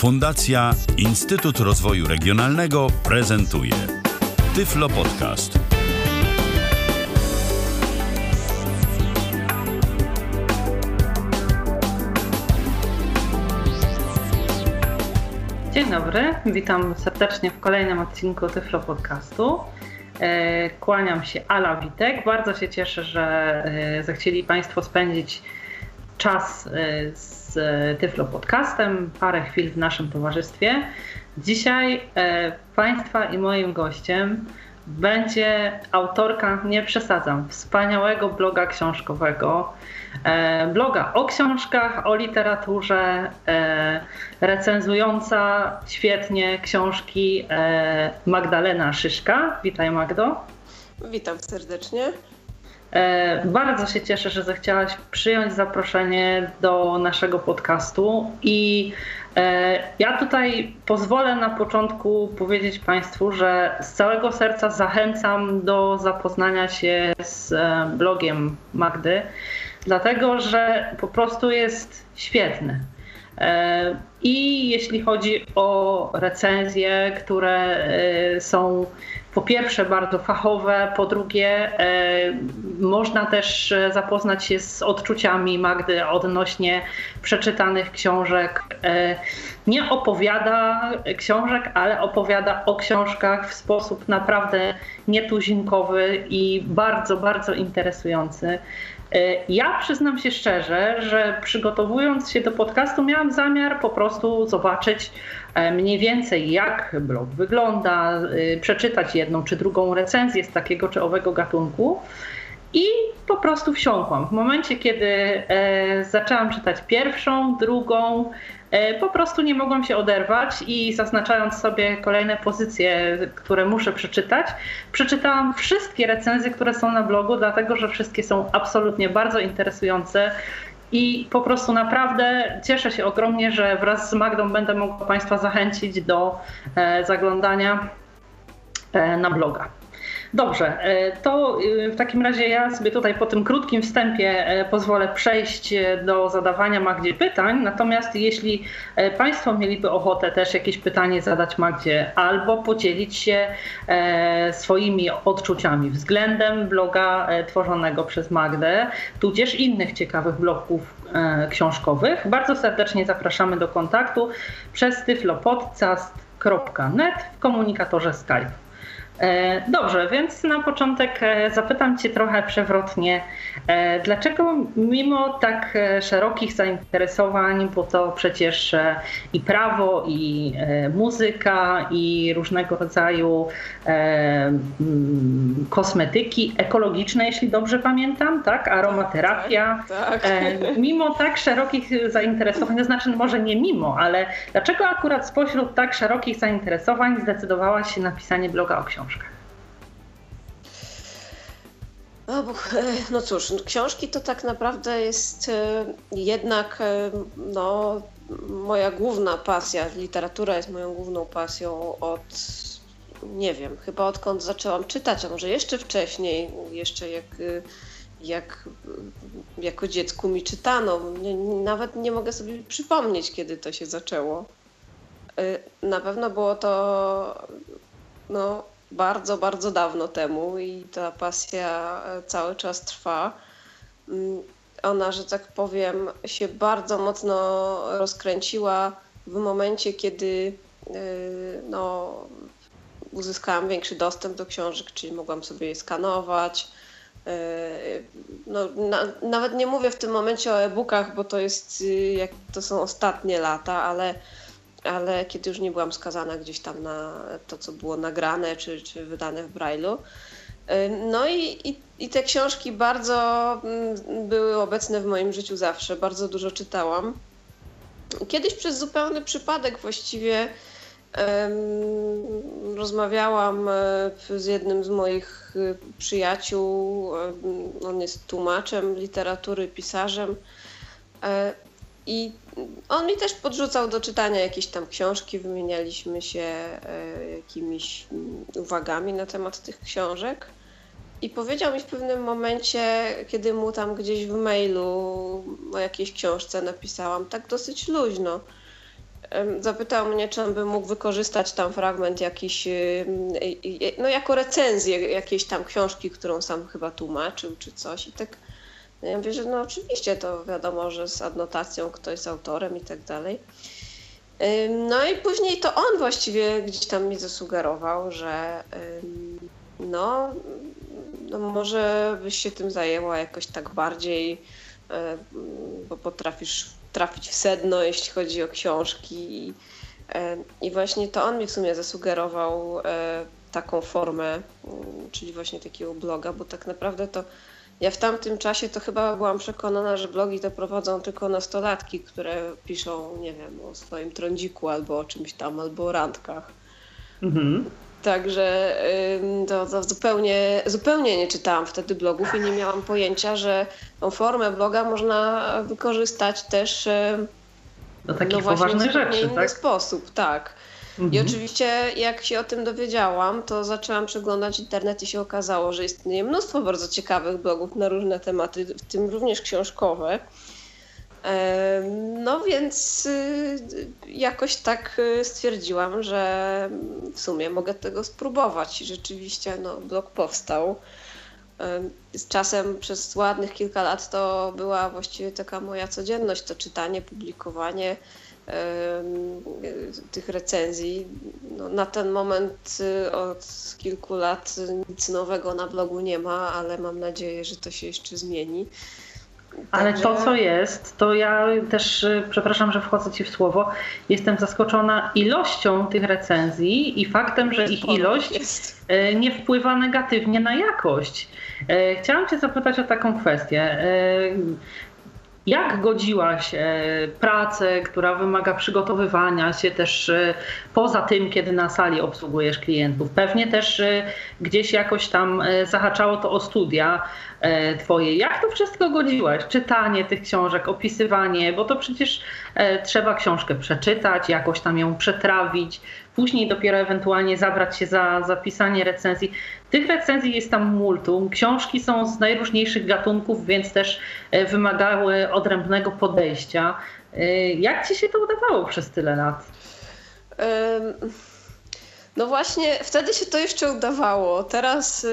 Fundacja Instytut Rozwoju Regionalnego prezentuje Tyflo Podcast. Dzień dobry, witam serdecznie w kolejnym odcinku Tyflo Podcastu. Kłaniam się, Ala Witek. Bardzo się cieszę, że zechcieli Państwo spędzić czas z Tyflo Podcastem, parę chwil w naszym towarzystwie. Dzisiaj Państwa i moim gościem będzie autorka, nie przesadzam, wspaniałego bloga książkowego. Bloga o książkach, o literaturze, recenzująca świetnie książki Magdalena Szyszka. Witaj, Magdo. Witam serdecznie. Bardzo się cieszę, że zechciałaś przyjąć zaproszenie do naszego podcastu i ja tutaj pozwolę na początku powiedzieć Państwu, że z całego serca zachęcam do zapoznania się z blogiem Magdy, dlatego że po prostu jest świetny. I jeśli chodzi o recenzje, które są po pierwsze bardzo fachowe, po drugie można też zapoznać się z odczuciami Magdy odnośnie przeczytanych książek. Nie opowiada książek, ale opowiada o książkach w sposób naprawdę nietuzinkowy i bardzo, bardzo interesujący. Ja przyznam się szczerze, że przygotowując się do podcastu miałam zamiar po prostu zobaczyć mniej więcej jak blog wygląda, przeczytać jedną czy drugą recenzję z takiego czy owego gatunku i po prostu wsiąkłam. W momencie, kiedy zaczęłam czytać pierwszą, drugą, po prostu nie mogłam się oderwać i zaznaczając sobie kolejne pozycje, które muszę przeczytać, przeczytałam wszystkie recenzje, które są na blogu, dlatego że wszystkie są absolutnie bardzo interesujące i po prostu naprawdę cieszę się ogromnie, że wraz z Magdą będę mogła Państwa zachęcić do zaglądania na bloga. Dobrze, to w takim razie ja sobie tutaj po tym krótkim wstępie pozwolę przejść do zadawania Magdzie pytań, natomiast jeśli Państwo mieliby ochotę też jakieś pytanie zadać Magdzie albo podzielić się swoimi odczuciami względem bloga tworzonego przez Magdę, tudzież innych ciekawych blogów książkowych, bardzo serdecznie zapraszamy do kontaktu przez tyflopodcast.net w komunikatorze Skype. Dobrze, więc na początek zapytam Cię trochę przewrotnie, dlaczego mimo tak szerokich zainteresowań, bo to przecież i prawo, i muzyka, i różnego rodzaju kosmetyki ekologiczne, jeśli dobrze pamiętam, tak? Aromaterapia. Tak. Mimo tak szerokich zainteresowań, to znaczy może nie mimo, ale dlaczego akurat spośród tak szerokich zainteresowań zdecydowałaś się na pisanie bloga o książkach? No cóż, książki to tak naprawdę jest jednak moja główna pasja. Literatura jest moją główną pasją od, nie wiem, chyba odkąd zaczęłam czytać, a może jeszcze wcześniej, jeszcze jak jako dziecku mi czytano. Nawet nie mogę sobie przypomnieć, kiedy to się zaczęło. Na pewno było to bardzo, bardzo dawno temu i ta pasja cały czas trwa. Ona, że tak powiem, się bardzo mocno rozkręciła w momencie, kiedy uzyskałam większy dostęp do książek, czyli mogłam sobie je skanować. Nawet nie mówię w tym momencie o e-bookach, bo to są ostatnie lata, ale kiedy już nie byłam skazana gdzieś tam na to, co było nagrane czy wydane w Braille'u. No i te książki bardzo były obecne w moim życiu zawsze, bardzo dużo czytałam. Kiedyś przez zupełny przypadek właściwie rozmawiałam z jednym z moich przyjaciół, on jest tłumaczem literatury, pisarzem. I on mi też podrzucał do czytania jakieś tam książki, wymienialiśmy się jakimiś uwagami na temat tych książek. I powiedział mi w pewnym momencie, kiedy mu tam gdzieś w mailu o jakiejś książce napisałam, tak dosyć luźno, Zapytał mnie, czy on by mógł wykorzystać tam fragment jakiś, no jako recenzję jakiejś tam książki, którą sam chyba tłumaczył czy coś. I tak ja mówię, że no oczywiście to wiadomo, że z adnotacją ktoś z autorem i tak dalej. No i później to on właściwie gdzieś tam mi zasugerował, że no może byś się tym zajęła jakoś tak bardziej, bo potrafisz trafić w sedno, jeśli chodzi o książki. I właśnie to on mi w sumie zasugerował taką formę, czyli właśnie takiego bloga, bo tak naprawdę to ja w tamtym czasie to chyba byłam przekonana, że blogi to prowadzą tylko nastolatki, które piszą, nie wiem, o swoim trądziku albo o czymś tam, albo o randkach. Mhm. Także to zupełnie nie czytałam wtedy blogów i nie miałam pojęcia, że tą formę bloga można wykorzystać też do takich poważnych rzeczy, w inny sposób, tak. I oczywiście jak się o tym dowiedziałam, to zaczęłam przeglądać internet i się okazało, że istnieje mnóstwo bardzo ciekawych blogów na różne tematy, w tym również książkowe. No więc jakoś tak stwierdziłam, że w sumie mogę tego spróbować. I rzeczywiście blog powstał. Z czasem przez ładnych kilka lat to była właściwie taka moja codzienność, to czytanie, publikowanie tych recenzji. No, na ten moment od kilku lat nic nowego na blogu nie ma, ale mam nadzieję, że to się jeszcze zmieni. Ale to, co jest, to ja też, przepraszam, że wchodzę Ci w słowo, jestem zaskoczona ilością tych recenzji i faktem, że ich ilość nie wpływa negatywnie na jakość. Chciałam Cię zapytać o taką kwestię. Jak godziłaś pracę, która wymaga przygotowywania się też poza tym, kiedy na sali obsługujesz klientów? Pewnie też gdzieś jakoś tam zahaczało to o studia Twoje. Jak to wszystko godziłaś? Czytanie tych książek, opisywanie, bo to przecież trzeba książkę przeczytać, jakoś tam ją przetrawić, później dopiero ewentualnie zabrać się za pisanie recenzji. Tych recenzji jest tam multum. Książki są z najróżniejszych gatunków, więc też wymagały odrębnego podejścia. Jak Ci się to udawało przez tyle lat? No właśnie, wtedy się to jeszcze udawało. Teraz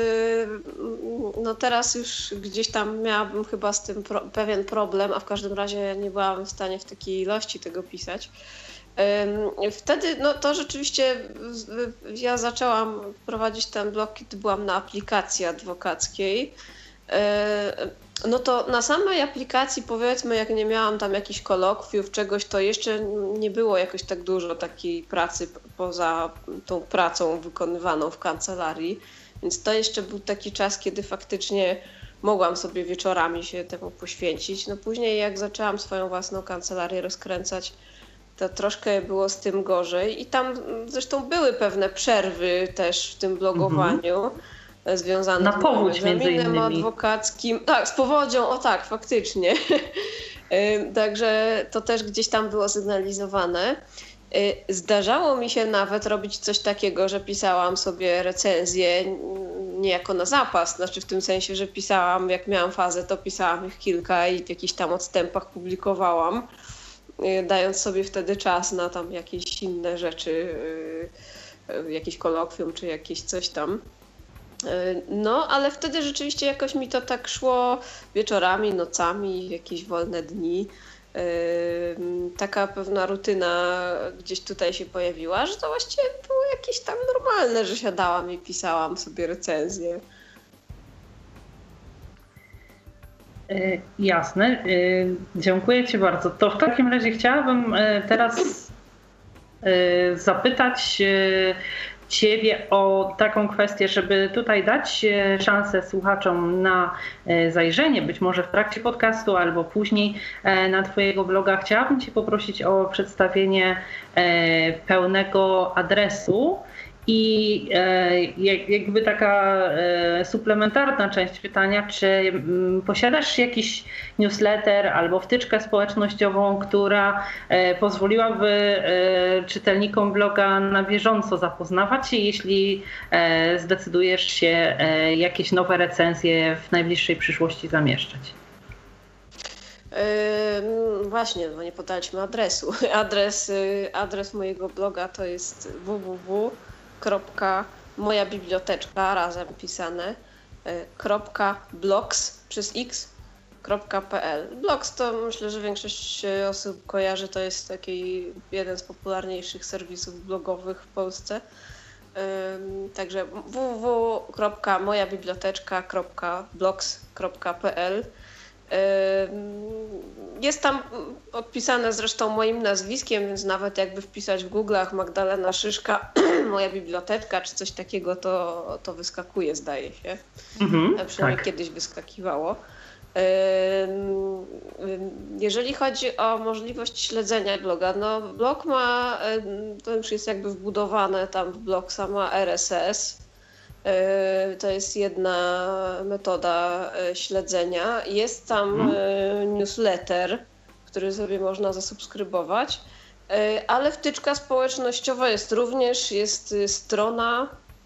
już gdzieś tam miałabym chyba z tym pewien problem, a w każdym razie nie byłam w stanie w takiej ilości tego pisać. Wtedy to rzeczywiście ja zaczęłam prowadzić ten blog, kiedy byłam na aplikacji adwokackiej. No to na samej aplikacji, powiedzmy, jak nie miałam tam jakichś kolokwiów, czegoś, to jeszcze nie było jakoś tak dużo takiej pracy poza tą pracą wykonywaną w kancelarii. Więc to jeszcze był taki czas, kiedy faktycznie mogłam sobie wieczorami się temu poświęcić. No później jak zaczęłam swoją własną kancelarię rozkręcać, to troszkę było z tym gorzej i tam zresztą były pewne przerwy też w tym blogowaniu związane z moim egzaminem adwokackim. Tak, z powodzią, o tak, faktycznie. Także to też gdzieś tam było sygnalizowane. Zdarzało mi się nawet robić coś takiego, że pisałam sobie recenzje niejako na zapas, znaczy w tym sensie, że pisałam, jak miałam fazę, to pisałam ich kilka i w jakichś tam odstępach publikowałam, dając sobie wtedy czas na tam jakieś inne rzeczy, jakieś kolokwium czy jakieś coś tam. No, ale wtedy rzeczywiście jakoś mi to tak szło wieczorami, nocami, jakieś wolne dni. Taka pewna rutyna gdzieś tutaj się pojawiła, że to właściwie było jakieś tam normalne, że siadałam i pisałam sobie recenzje. Jasne. Dziękuję Ci bardzo. To w takim razie chciałabym teraz zapytać Ciebie o taką kwestię, żeby tutaj dać szansę słuchaczom na zajrzenie, być może w trakcie podcastu albo później na Twojego bloga. Chciałabym Cię poprosić o przedstawienie pełnego adresu i jakby taka suplementarna część pytania, czy posiadasz jakiś newsletter albo wtyczkę społecznościową, która pozwoliłaby czytelnikom bloga na bieżąco zapoznawać się, jeśli zdecydujesz się jakieś nowe recenzje w najbliższej przyszłości zamieszczać? Właśnie, bo nie podaliśmy adresu. Adres mojego bloga to jest www.mojabiblioteczka razem pisane .blogs.pl. Blogs to myślę, że większość osób kojarzy, to jest taki jeden z popularniejszych serwisów blogowych w Polsce. Także www.mojabiblioteczka.blogs.pl. Jest tam odpisane zresztą moim nazwiskiem, więc nawet jakby wpisać w Google'ach Magdalena Szyszka, moja biblioteczka czy coś takiego, to wyskakuje, zdaje się. A przynajmniej tak. Kiedyś wyskakiwało. Jeżeli chodzi o możliwość śledzenia bloga, no blog ma, to już jest jakby wbudowane tam w blog sama RSS. To jest jedna metoda śledzenia. Jest tam newsletter, który sobie można zasubskrybować, ale wtyczka społecznościowa jest również, jest strona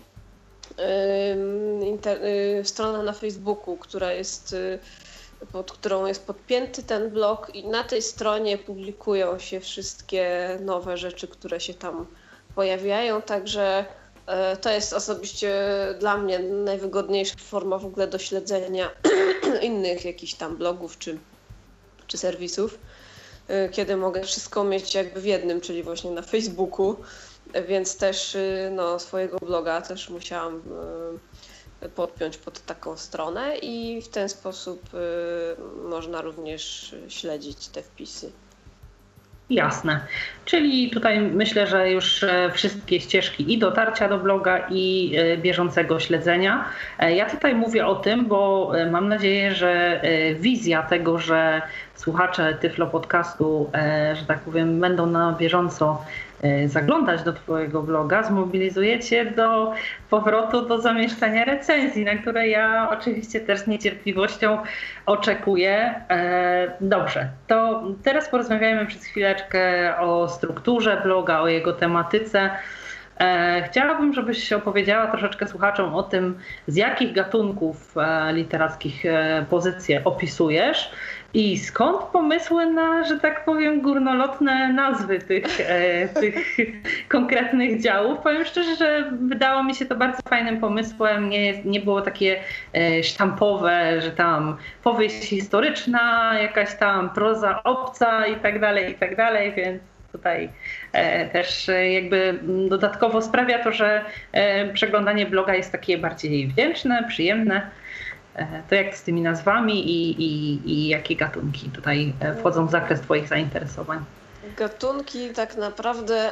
na Facebooku, pod którą jest podpięty ten blog i na tej stronie publikują się wszystkie nowe rzeczy, które się tam pojawiają, także to jest osobiście dla mnie najwygodniejsza forma w ogóle do śledzenia innych jakichś tam blogów czy serwisów, kiedy mogę wszystko mieć jakby w jednym, czyli właśnie na Facebooku, więc też swojego bloga też musiałam podpiąć pod taką stronę i w ten sposób można również śledzić te wpisy. Jasne. Czyli tutaj myślę, że już wszystkie ścieżki i dotarcia do bloga, i bieżącego śledzenia. Ja tutaj mówię o tym, bo mam nadzieję, że wizja tego, że słuchacze Tyflo Podcastu, że tak powiem, będą na bieżąco zaglądać do Twojego bloga, zmobilizuje Cię do powrotu do zamieszczania recenzji, na które ja oczywiście też z niecierpliwością oczekuję. Dobrze, to teraz porozmawiajmy przez chwileczkę o strukturze bloga, o jego tematyce. Chciałabym, żebyś opowiedziała troszeczkę słuchaczom o tym, z jakich gatunków literackich pozycje opisujesz i skąd pomysły na, że tak powiem, górnolotne nazwy tych konkretnych działów. Powiem szczerze, że wydało mi się to bardzo fajnym pomysłem. Nie było takie sztampowe, że tam powieść historyczna, jakaś tam proza obca i tak dalej, więc tutaj też jakby dodatkowo sprawia to, że przeglądanie bloga jest takie bardziej wdzięczne, przyjemne. To jak z tymi nazwami i jakie gatunki tutaj wchodzą w zakres Twoich zainteresowań? Gatunki tak naprawdę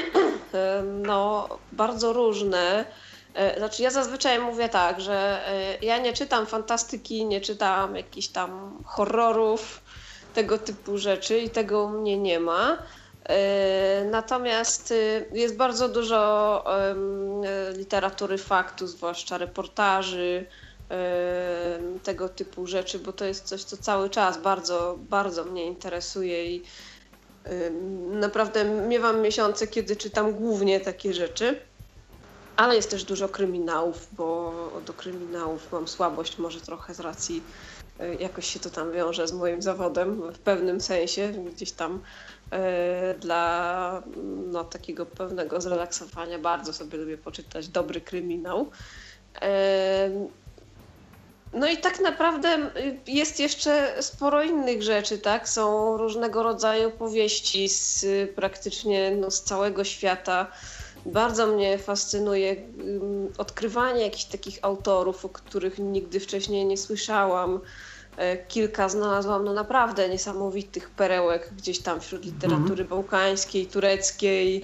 bardzo różne. Znaczy ja zazwyczaj mówię tak, że ja nie czytam fantastyki, nie czytam jakichś tam horrorów, tego typu rzeczy i tego u mnie nie ma. Natomiast jest bardzo dużo literatury faktu, zwłaszcza reportaży, tego typu rzeczy, bo to jest coś, co cały czas bardzo, bardzo mnie interesuje i naprawdę miewam miesiące, kiedy czytam głównie takie rzeczy, ale jest też dużo kryminałów, bo do kryminałów mam słabość może trochę z racji, jakoś się to tam wiąże z moim zawodem w pewnym sensie, gdzieś tam dla takiego pewnego zrelaksowania bardzo sobie lubię poczytać dobry kryminał. No i tak naprawdę jest jeszcze sporo innych rzeczy, tak? Są różnego rodzaju powieści praktycznie z całego świata. Bardzo mnie fascynuje odkrywanie jakichś takich autorów, o których nigdy wcześniej nie słyszałam. Kilka znalazłam naprawdę niesamowitych perełek gdzieś tam wśród literatury bałkańskiej, tureckiej.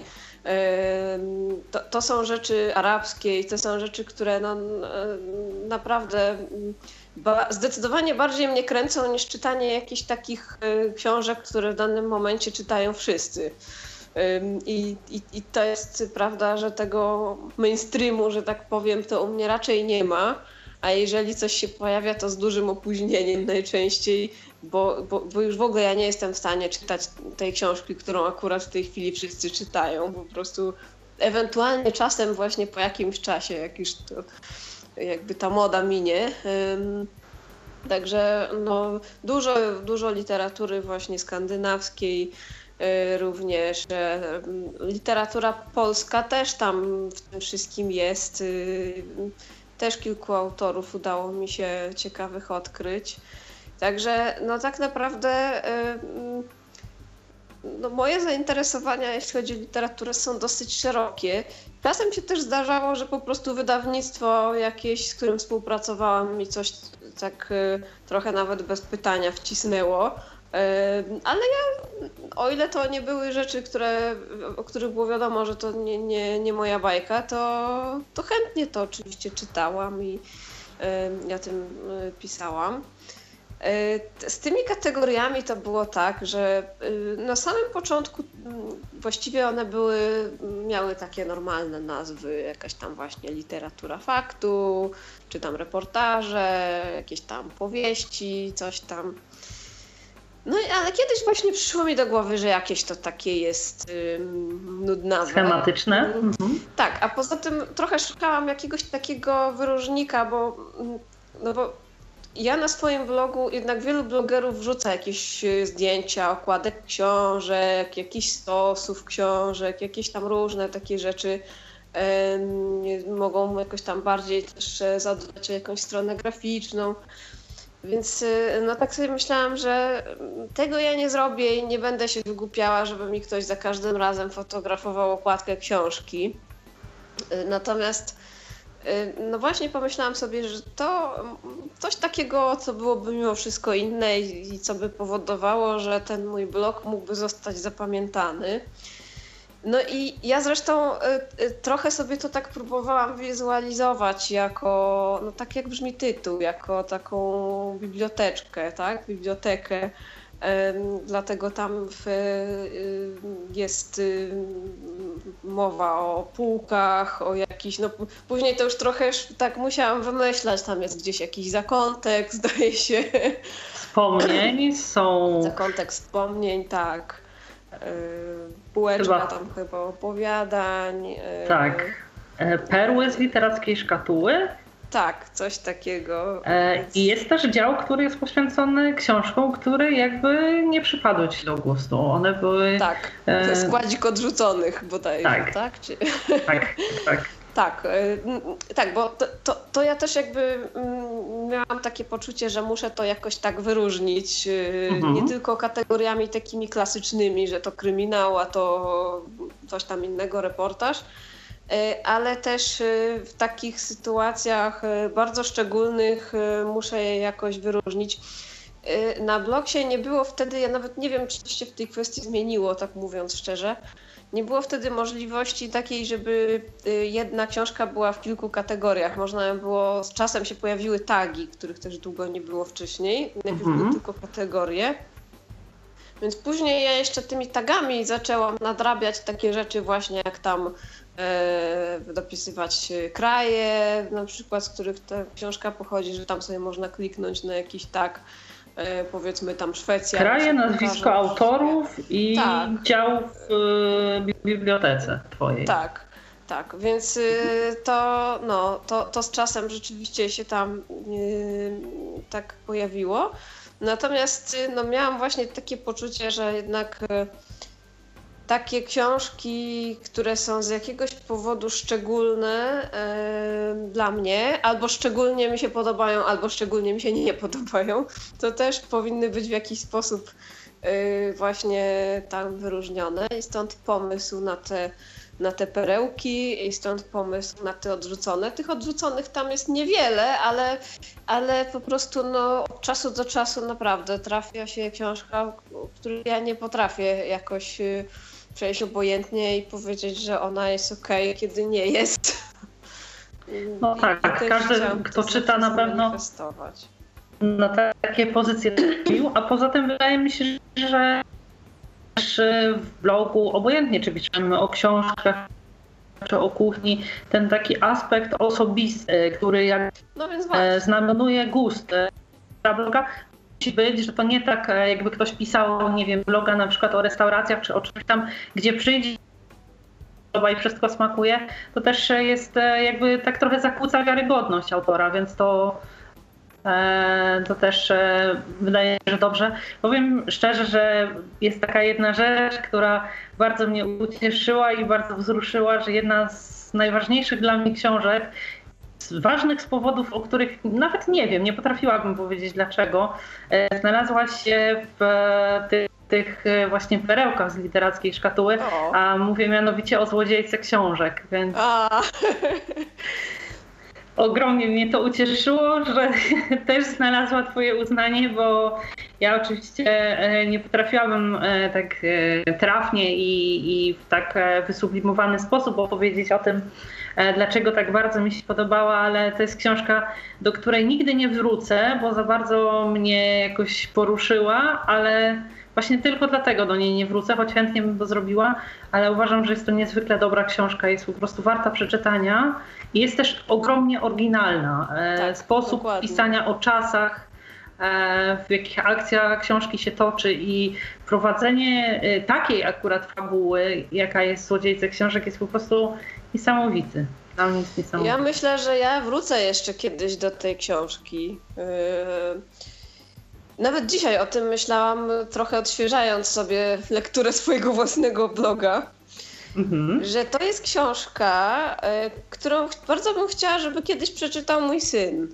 To są rzeczy arabskie, to są rzeczy, które naprawdę zdecydowanie bardziej mnie kręcą niż czytanie jakichś takich książek, które w danym momencie czytają wszyscy. I to jest prawda, że tego mainstreamu, że tak powiem, to u mnie raczej nie ma, a jeżeli coś się pojawia, to z dużym opóźnieniem najczęściej, bo już w ogóle ja nie jestem w stanie czytać tej książki, którą akurat w tej chwili wszyscy czytają. Po prostu ewentualnie czasem właśnie po jakimś czasie, jak już to jakby ta moda minie. Także no, dużo literatury właśnie skandynawskiej, również literatura polska też tam w tym wszystkim jest. Też kilku autorów udało mi się ciekawych odkryć. Także no tak naprawdę no moje zainteresowania, jeśli chodzi o literaturę, są dosyć szerokie. Czasem się też zdarzało, że po prostu wydawnictwo jakieś, z którym współpracowałam, mi coś tak trochę nawet bez pytania wcisnęło. Ale ja, o ile to nie były rzeczy, o których było wiadomo, że to nie moja bajka, to chętnie to oczywiście czytałam i ja tym pisałam. Z tymi kategoriami to było tak, że na samym początku właściwie one miały takie normalne nazwy, jakaś tam właśnie literatura faktu, czy tam reportaże, jakieś tam powieści, coś tam. No ale kiedyś właśnie przyszło mi do głowy, że jakieś to takie jest nudnawe. Schematyczne? Tak, a poza tym trochę szukałam jakiegoś takiego wyróżnika, bo ja na swoim blogu, jednak wielu blogerów wrzuca jakieś zdjęcia, okładek książek, jakichś stosów książek, jakieś tam różne takie rzeczy. Mogą jakoś tam bardziej też zadbać o jakąś stronę graficzną. Więc no tak sobie myślałam, że tego ja nie zrobię i nie będę się wygłupiała, żeby mi ktoś za każdym razem fotografował okładkę książki. Natomiast no właśnie pomyślałam sobie, że to coś takiego, co byłoby mimo wszystko inne i co by powodowało, że ten mój blog mógłby zostać zapamiętany. No i ja zresztą trochę sobie to tak próbowałam wizualizować jako, no tak jak brzmi tytuł, jako taką biblioteczkę, tak? Bibliotekę. Dlatego tam jest mowa o półkach, o jakichś, no później to już trochę tak musiałam wymyślać, tam jest gdzieś jakiś zakątek, zdaje się. Wspomnień są. Zakątek wspomnień, tak. Półeczka tam chyba opowiadań. Tak. Perły z literackiej szkatuły. Tak, coś takiego. I jest też dział, który jest poświęcony książkom, które jakby nie przypadły ci do gustu. One były... Tak, składzik odrzuconych bodajże, tak? Tak, bo to ja też jakby miałam takie poczucie, że muszę to jakoś tak wyróżnić, nie tylko kategoriami takimi klasycznymi, że to kryminał, a to coś tam innego, reportaż, ale też w takich sytuacjach bardzo szczególnych muszę je jakoś wyróżnić. Na Blogsie nie było wtedy, ja nawet nie wiem, czy coś się w tej kwestii zmieniło, tak mówiąc szczerze. Nie było wtedy możliwości takiej, żeby jedna książka była w kilku kategoriach. Można było, z czasem się pojawiły tagi, których też długo nie było wcześniej. Najpierw były tylko kategorie. Więc później ja jeszcze tymi tagami zaczęłam nadrabiać takie rzeczy właśnie jak tam dopisywać kraje, na przykład z których ta książka pochodzi, że tam sobie można kliknąć na jakiś tag, powiedzmy tam Szwecja. Kraje, nazwisko autorów i dział w bibliotece twojej. Tak, więc to z czasem rzeczywiście się tam tak pojawiło. Natomiast miałam właśnie takie poczucie, że jednak takie książki, które są z jakiegoś powodu szczególne dla mnie, albo szczególnie mi się podobają, albo szczególnie mi się nie podobają, to też powinny być w jakiś sposób właśnie tam wyróżnione. I stąd pomysł na te perełki, i stąd pomysł na te odrzucone. Tych odrzuconych tam jest niewiele, ale po prostu od czasu do czasu naprawdę trafia się książka, której ja nie potrafię jakoś przejść obojętnie i powiedzieć, że ona jest okej, kiedy nie jest. No tak, każdy, kto czyta, na pewno na takie pozycje trafił, a poza tym wydaje mi się, że w blogu, obojętnie czy piszemy o książkach, czy o kuchni, ten taki aspekt osobisty, który znamionuje gust bloga, musi być, że to nie tak jakby ktoś pisał, nie wiem, bloga na przykład o restauracjach, czy o czymś tam, gdzie przyjdzie i wszystko smakuje, to też jest jakby tak trochę zakłóca wiarygodność autora, więc to To też wydaje mi się, że dobrze. Powiem szczerze, że jest taka jedna rzecz, która bardzo mnie ucieszyła i bardzo wzruszyła, że jedna z najważniejszych dla mnie książek, ważnych z powodów, o których nawet nie wiem, nie potrafiłabym powiedzieć dlaczego, znalazła się w tych właśnie perełkach z literackiej szkatuły, a mówię mianowicie o Złodziejce książek, więc ogromnie mnie to ucieszyło, że też znalazła twoje uznanie, bo ja oczywiście nie potrafiłabym tak trafnie i w tak wysublimowany sposób opowiedzieć o tym, dlaczego tak bardzo mi się podobała, ale to jest książka, do której nigdy nie wrócę, bo za bardzo mnie jakoś poruszyła, ale właśnie tylko dlatego do niej nie wrócę, choć chętnie bym to zrobiła, ale uważam, że jest to niezwykle dobra książka, jest po prostu warta przeczytania i jest też ogromnie oryginalna. Sposób dokładnie. pisania o czasach, w jakich akcja książki się toczy i prowadzenie takiej akurat fabuły, jaka jest w Złodziejce książek, jest po prostu niesamowity. Dla mnie jest niesamowity. Ja myślę, że ja wrócę jeszcze kiedyś do tej książki. Nawet dzisiaj o tym myślałam, trochę odświeżając sobie lekturę swojego własnego bloga, że to jest książka, którą bardzo bym chciała, żeby kiedyś przeczytał mój syn.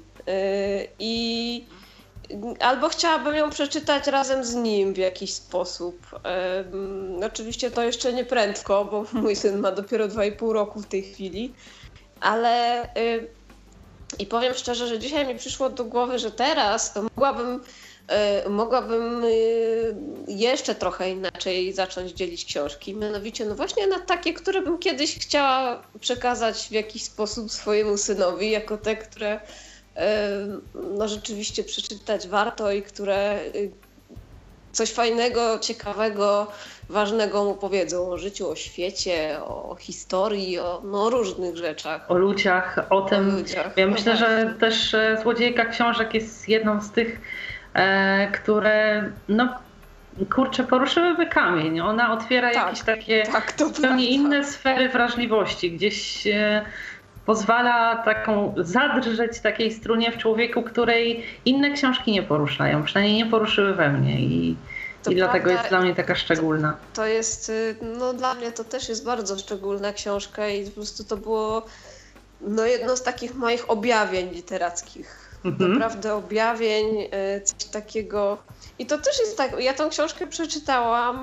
Albo chciałabym ją przeczytać razem z nim w jakiś sposób. Oczywiście to jeszcze nie prędko, bo mój syn ma dopiero 2,5 roku w tej chwili, ale i powiem szczerze, że dzisiaj mi przyszło do głowy, że teraz to mogłabym jeszcze trochę inaczej zacząć dzielić książki. Mianowicie no właśnie na takie, które bym kiedyś chciała przekazać w jakiś sposób swojemu synowi, jako te, które no rzeczywiście przeczytać warto i które coś fajnego, ciekawego, ważnego mu powiedzą o życiu, o świecie, o historii, o różnych rzeczach. O ludziach, o tym. Ja myślę, właśnie. że też Złodziejka książek jest jedną z tych, które poruszyłyby kamień. Ona otwiera jakieś takie zupełnie inne sfery wrażliwości. Gdzieś pozwala taką zadrżeć takiej strunie w człowieku, której inne książki nie poruszają. Przynajmniej nie poruszyły we mnie i dlatego jest dla mnie taka szczególna. To jest, no dla mnie to też jest bardzo szczególna książka i po prostu to było jedno z takich moich objawień literackich. Naprawdę objawień, coś takiego. I to też jest tak, ja tą książkę przeczytałam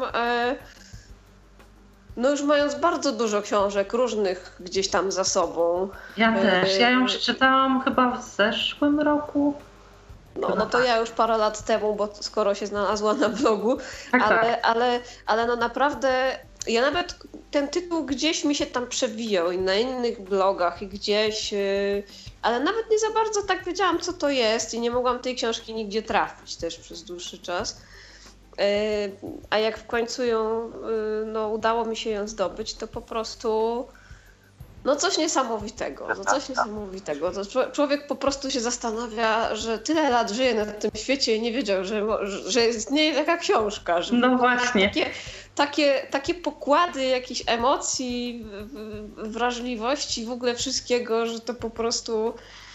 już mając bardzo dużo książek różnych gdzieś tam za sobą. Ja też. Ja ją przeczytałam chyba w zeszłym roku. No to ja już parę lat temu, bo skoro się znalazła na blogu, ale no naprawdę ja nawet ten tytuł gdzieś mi się tam przewijał i na innych blogach i gdzieś, ale nawet nie za bardzo tak wiedziałam, co to jest i nie mogłam tej książki nigdzie trafić też przez dłuższy czas. A jak w końcu ją udało mi się ją zdobyć, to po prostu coś niesamowitego. To człowiek po prostu się zastanawia, że tyle lat żyje na tym świecie i nie wiedział, że istnieje taka książka. Że właśnie. Takie pokłady jakichś emocji, wrażliwości, w ogóle wszystkiego, że to po prostu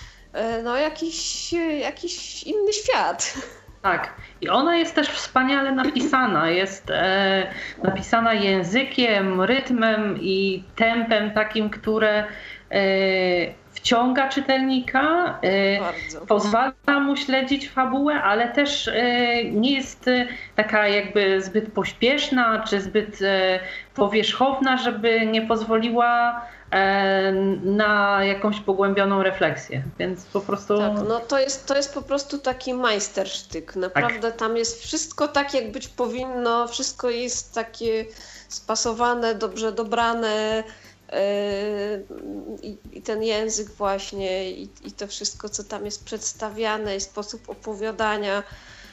jakiś inny świat. Tak. I ona jest też wspaniale napisana. Jest napisana językiem, rytmem i tempem takim, które wciąga czytelnika, pozwala mu śledzić fabułę, ale też nie jest taka jakby zbyt pośpieszna czy zbyt powierzchowna, żeby nie pozwoliła na jakąś pogłębioną refleksję, więc po prostu... Tak, to jest po prostu taki majstersztyk. Naprawdę tam jest wszystko tak, jak być powinno, wszystko jest takie spasowane, dobrze dobrane i ten język właśnie i to wszystko, co tam jest przedstawiane i sposób opowiadania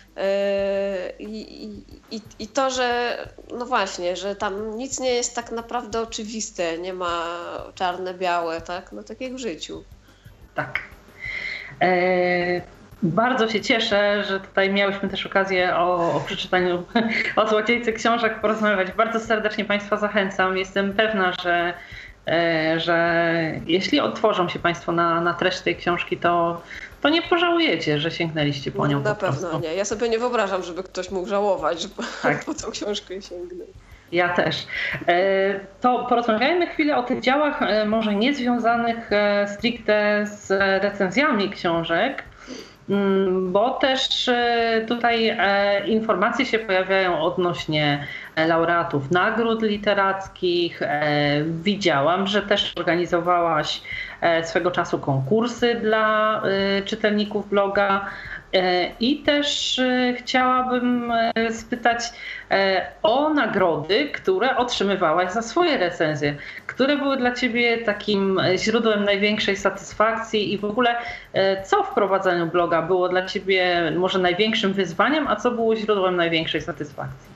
i to, że że tam nic nie jest tak naprawdę oczywiste, nie ma czarne-białe, tak? Tak jak w życiu. Tak. Bardzo się cieszę, że tutaj miałyśmy też okazję o przeczytaniu o Złodziejce książek porozmawiać. Bardzo serdecznie Państwa zachęcam. Jestem pewna, że że jeśli otworzą się Państwo na treść tej książki, to nie pożałujecie, że sięgnęliście po nią. Na pewno nie. Ja sobie nie wyobrażam, żeby ktoś mógł żałować, że po tą książkę sięgnął. Ja też. To porozmawiajmy chwilę o tych działach może nie związanych stricte z recenzjami książek, bo też tutaj informacje się pojawiają odnośnie laureatów nagród literackich. Widziałam, że też organizowałaś swego czasu konkursy dla czytelników bloga. I też chciałabym spytać o nagrody, które otrzymywałaś za swoje recenzje. Które były dla Ciebie takim źródłem największej satysfakcji i w ogóle co w prowadzeniu bloga było dla Ciebie może największym wyzwaniem, a co było źródłem największej satysfakcji?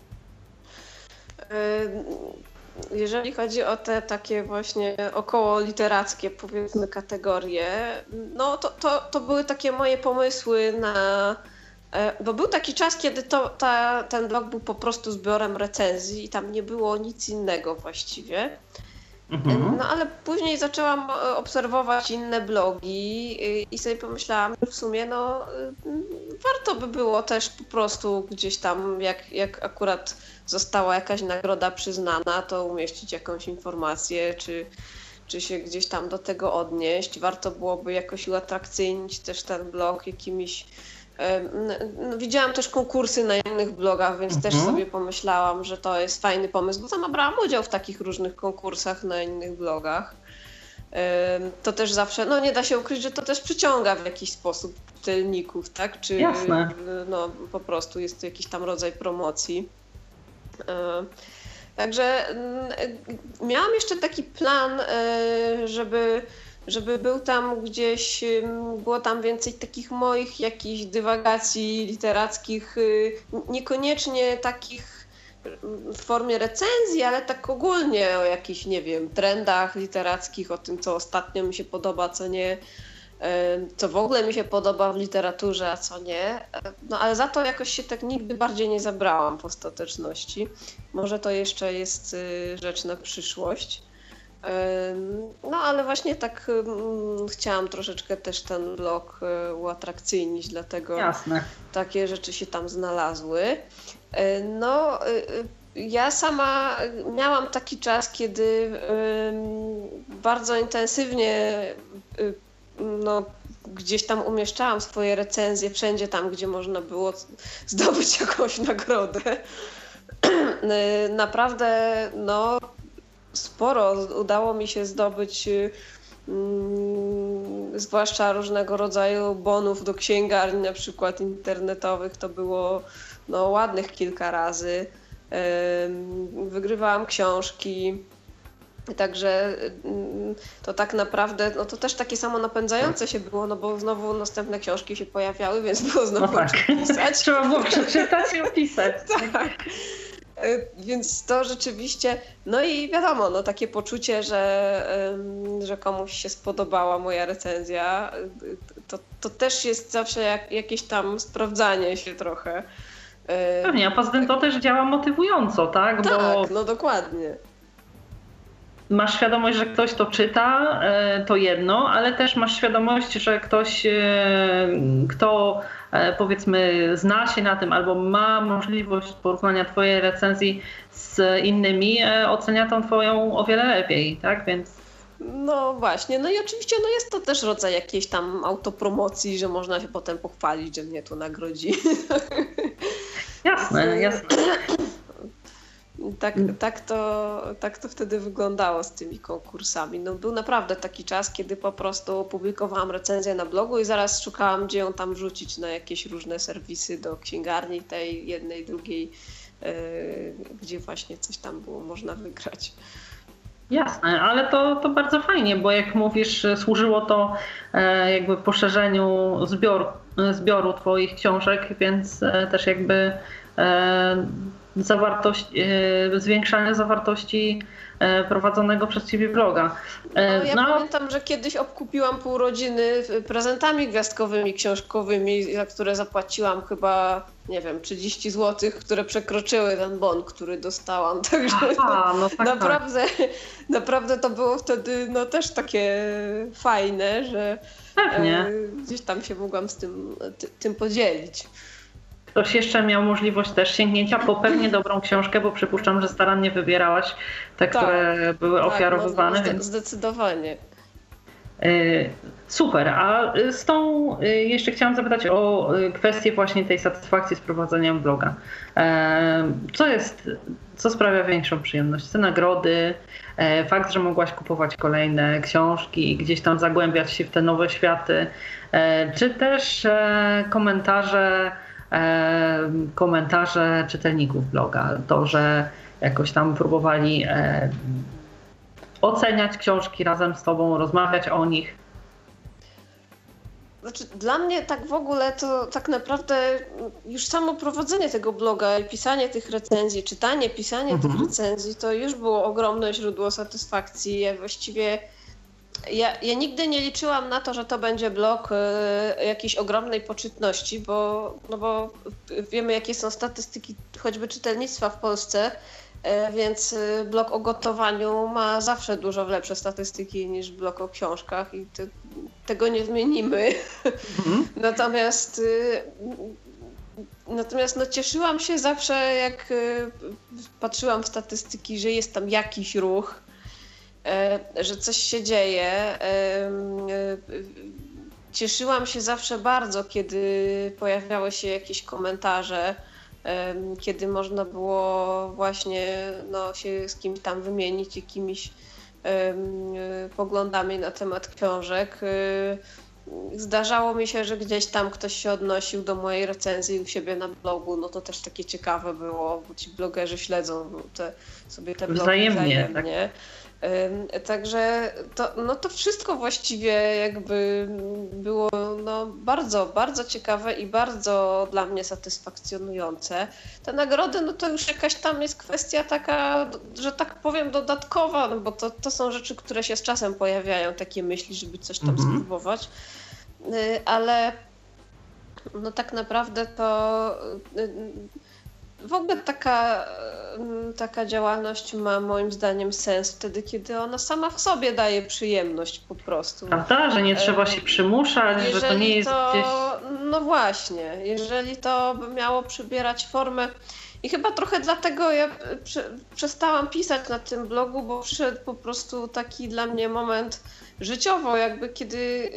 Jeżeli chodzi o te takie właśnie około literackie, powiedzmy, kategorie, no to były takie moje pomysły na... Bo był taki czas, kiedy ten blog był po prostu zbiorem recenzji i tam nie było nic innego właściwie. No ale później zaczęłam obserwować inne blogi i sobie pomyślałam, że w sumie warto by było też po prostu gdzieś tam, jak akurat została jakaś nagroda przyznana, to umieścić jakąś informację, czy się gdzieś tam do tego odnieść. Warto byłoby jakoś uatrakcyjnić też ten blog jakimiś... Widziałam też konkursy na innych blogach, więc też sobie pomyślałam, że to jest fajny pomysł, bo sama brałam udział w takich różnych konkursach na innych blogach. To też zawsze, nie da się ukryć, że to też przyciąga w jakiś sposób czytelników, tak? Czy Jasne. Po prostu jest to jakiś tam rodzaj promocji. Także miałam jeszcze taki plan, żeby był tam gdzieś, było tam więcej takich moich jakichś dywagacji literackich, niekoniecznie takich w formie recenzji, ale tak ogólnie o jakichś, nie wiem, trendach literackich, o tym, co ostatnio mi się podoba, co nie, co w ogóle mi się podoba w literaturze, a co nie. Ale za to jakoś się tak nigdy bardziej nie zabrałam w ostateczności. Może to jeszcze jest rzecz na przyszłość. Ale właśnie tak chciałam troszeczkę też ten blog uatrakcyjnić, dlatego Jasne. Takie rzeczy się tam znalazły. Ja sama miałam taki czas, kiedy bardzo intensywnie gdzieś tam umieszczałam swoje recenzje wszędzie tam, gdzie można było zdobyć jakąś nagrodę. Naprawdę sporo udało mi się zdobyć, zwłaszcza różnego rodzaju bonów do księgarni, na przykład internetowych. To było ładnych kilka razy. Wygrywałam książki. Także to tak naprawdę, to też takie samo napędzające się było, bo znowu następne książki się pojawiały, więc było znowu o czym pisać. Trzeba było przeczytać i opisać. Tak. Więc to rzeczywiście, i wiadomo, takie poczucie, że komuś się spodobała moja recenzja, to też jest zawsze jakieś tam sprawdzanie się trochę. Pewnie, a poza tym to też działa motywująco, tak? Tak, dokładnie. Masz świadomość, że ktoś to czyta, to jedno, ale też masz świadomość, że ktoś, kto powiedzmy zna się na tym albo ma możliwość porównania twojej recenzji z innymi, ocenia tą twoją o wiele lepiej, tak? Więc... No właśnie, i oczywiście jest to też rodzaj jakiejś tam autopromocji, że można się potem pochwalić, że mnie tu nagrodzi. Jasne, jasne. Tak to wtedy wyglądało z tymi konkursami. Był naprawdę taki czas, kiedy po prostu publikowałam recenzję na blogu i zaraz szukałam, gdzie ją tam wrzucić na jakieś różne serwisy do księgarni tej jednej, drugiej, gdzie właśnie coś tam było można wygrać. Jasne, ale to bardzo fajnie, bo jak mówisz, służyło to jakby poszerzeniu zbioru twoich książek, więc też jakby zwiększania zawartości prowadzonego przez ciebie bloga. Pamiętam, że kiedyś obkupiłam pół rodziny prezentami gwiazdkowymi, książkowymi, za które zapłaciłam chyba nie wiem, 30 zł, które przekroczyły ten bon, który dostałam. Także no tak, naprawdę to było wtedy no też takie fajne, że gdzieś tam się mogłam z tym podzielić. Ktoś jeszcze miał możliwość też sięgnięcia po pewnie dobrą książkę, bo przypuszczam, że starannie wybierałaś te, które były ofiarowywane. No, zdecydowanie. Super, a z tą jeszcze chciałam zapytać o kwestię właśnie tej satysfakcji z prowadzeniem bloga. Co sprawia większą przyjemność? Te nagrody, fakt, że mogłaś kupować kolejne książki i gdzieś tam zagłębiać się w te nowe światy, czy też komentarze czytelników bloga, to, że jakoś tam próbowali oceniać książki razem z tobą, rozmawiać o nich? Znaczy, dla mnie tak w ogóle to tak naprawdę już samo prowadzenie tego bloga i pisanie tych recenzji, pisanie tych recenzji to już było ogromne źródło satysfakcji. Ja nigdy nie liczyłam na to, że to będzie blog jakiejś ogromnej poczytności, bo wiemy, jakie są statystyki choćby czytelnictwa w Polsce, więc blog o gotowaniu ma zawsze dużo lepsze statystyki niż blog o książkach i tego nie zmienimy. Natomiast no, cieszyłam się zawsze, jak patrzyłam w statystyki, że jest tam jakiś ruch, że coś się dzieje. Cieszyłam się zawsze bardzo, kiedy pojawiały się jakieś komentarze, kiedy można było właśnie się z kimś tam wymienić jakimiś poglądami na temat książek. Zdarzało mi się, że gdzieś tam ktoś się odnosił do mojej recenzji u siebie na blogu, no to też takie ciekawe było, bo ci blogerzy śledzą te blogi wzajemnie. Tak? Także to wszystko właściwie jakby było bardzo, bardzo ciekawe i bardzo dla mnie satysfakcjonujące. Te nagrody, to już jakaś tam jest kwestia taka, że tak powiem, dodatkowa, bo to są rzeczy, które się z czasem pojawiają, takie myśli, żeby coś tam spróbować. Ale tak naprawdę to w ogóle taka działalność ma moim zdaniem sens wtedy, kiedy ona sama w sobie daje przyjemność po prostu. Prawda? Że nie trzeba się przymuszać, że to nie jest gdzieś... No właśnie, jeżeli to by miało przybierać formę i chyba trochę dlatego ja przestałam pisać na tym blogu, bo przyszedł po prostu taki dla mnie moment życiowo, jakby kiedy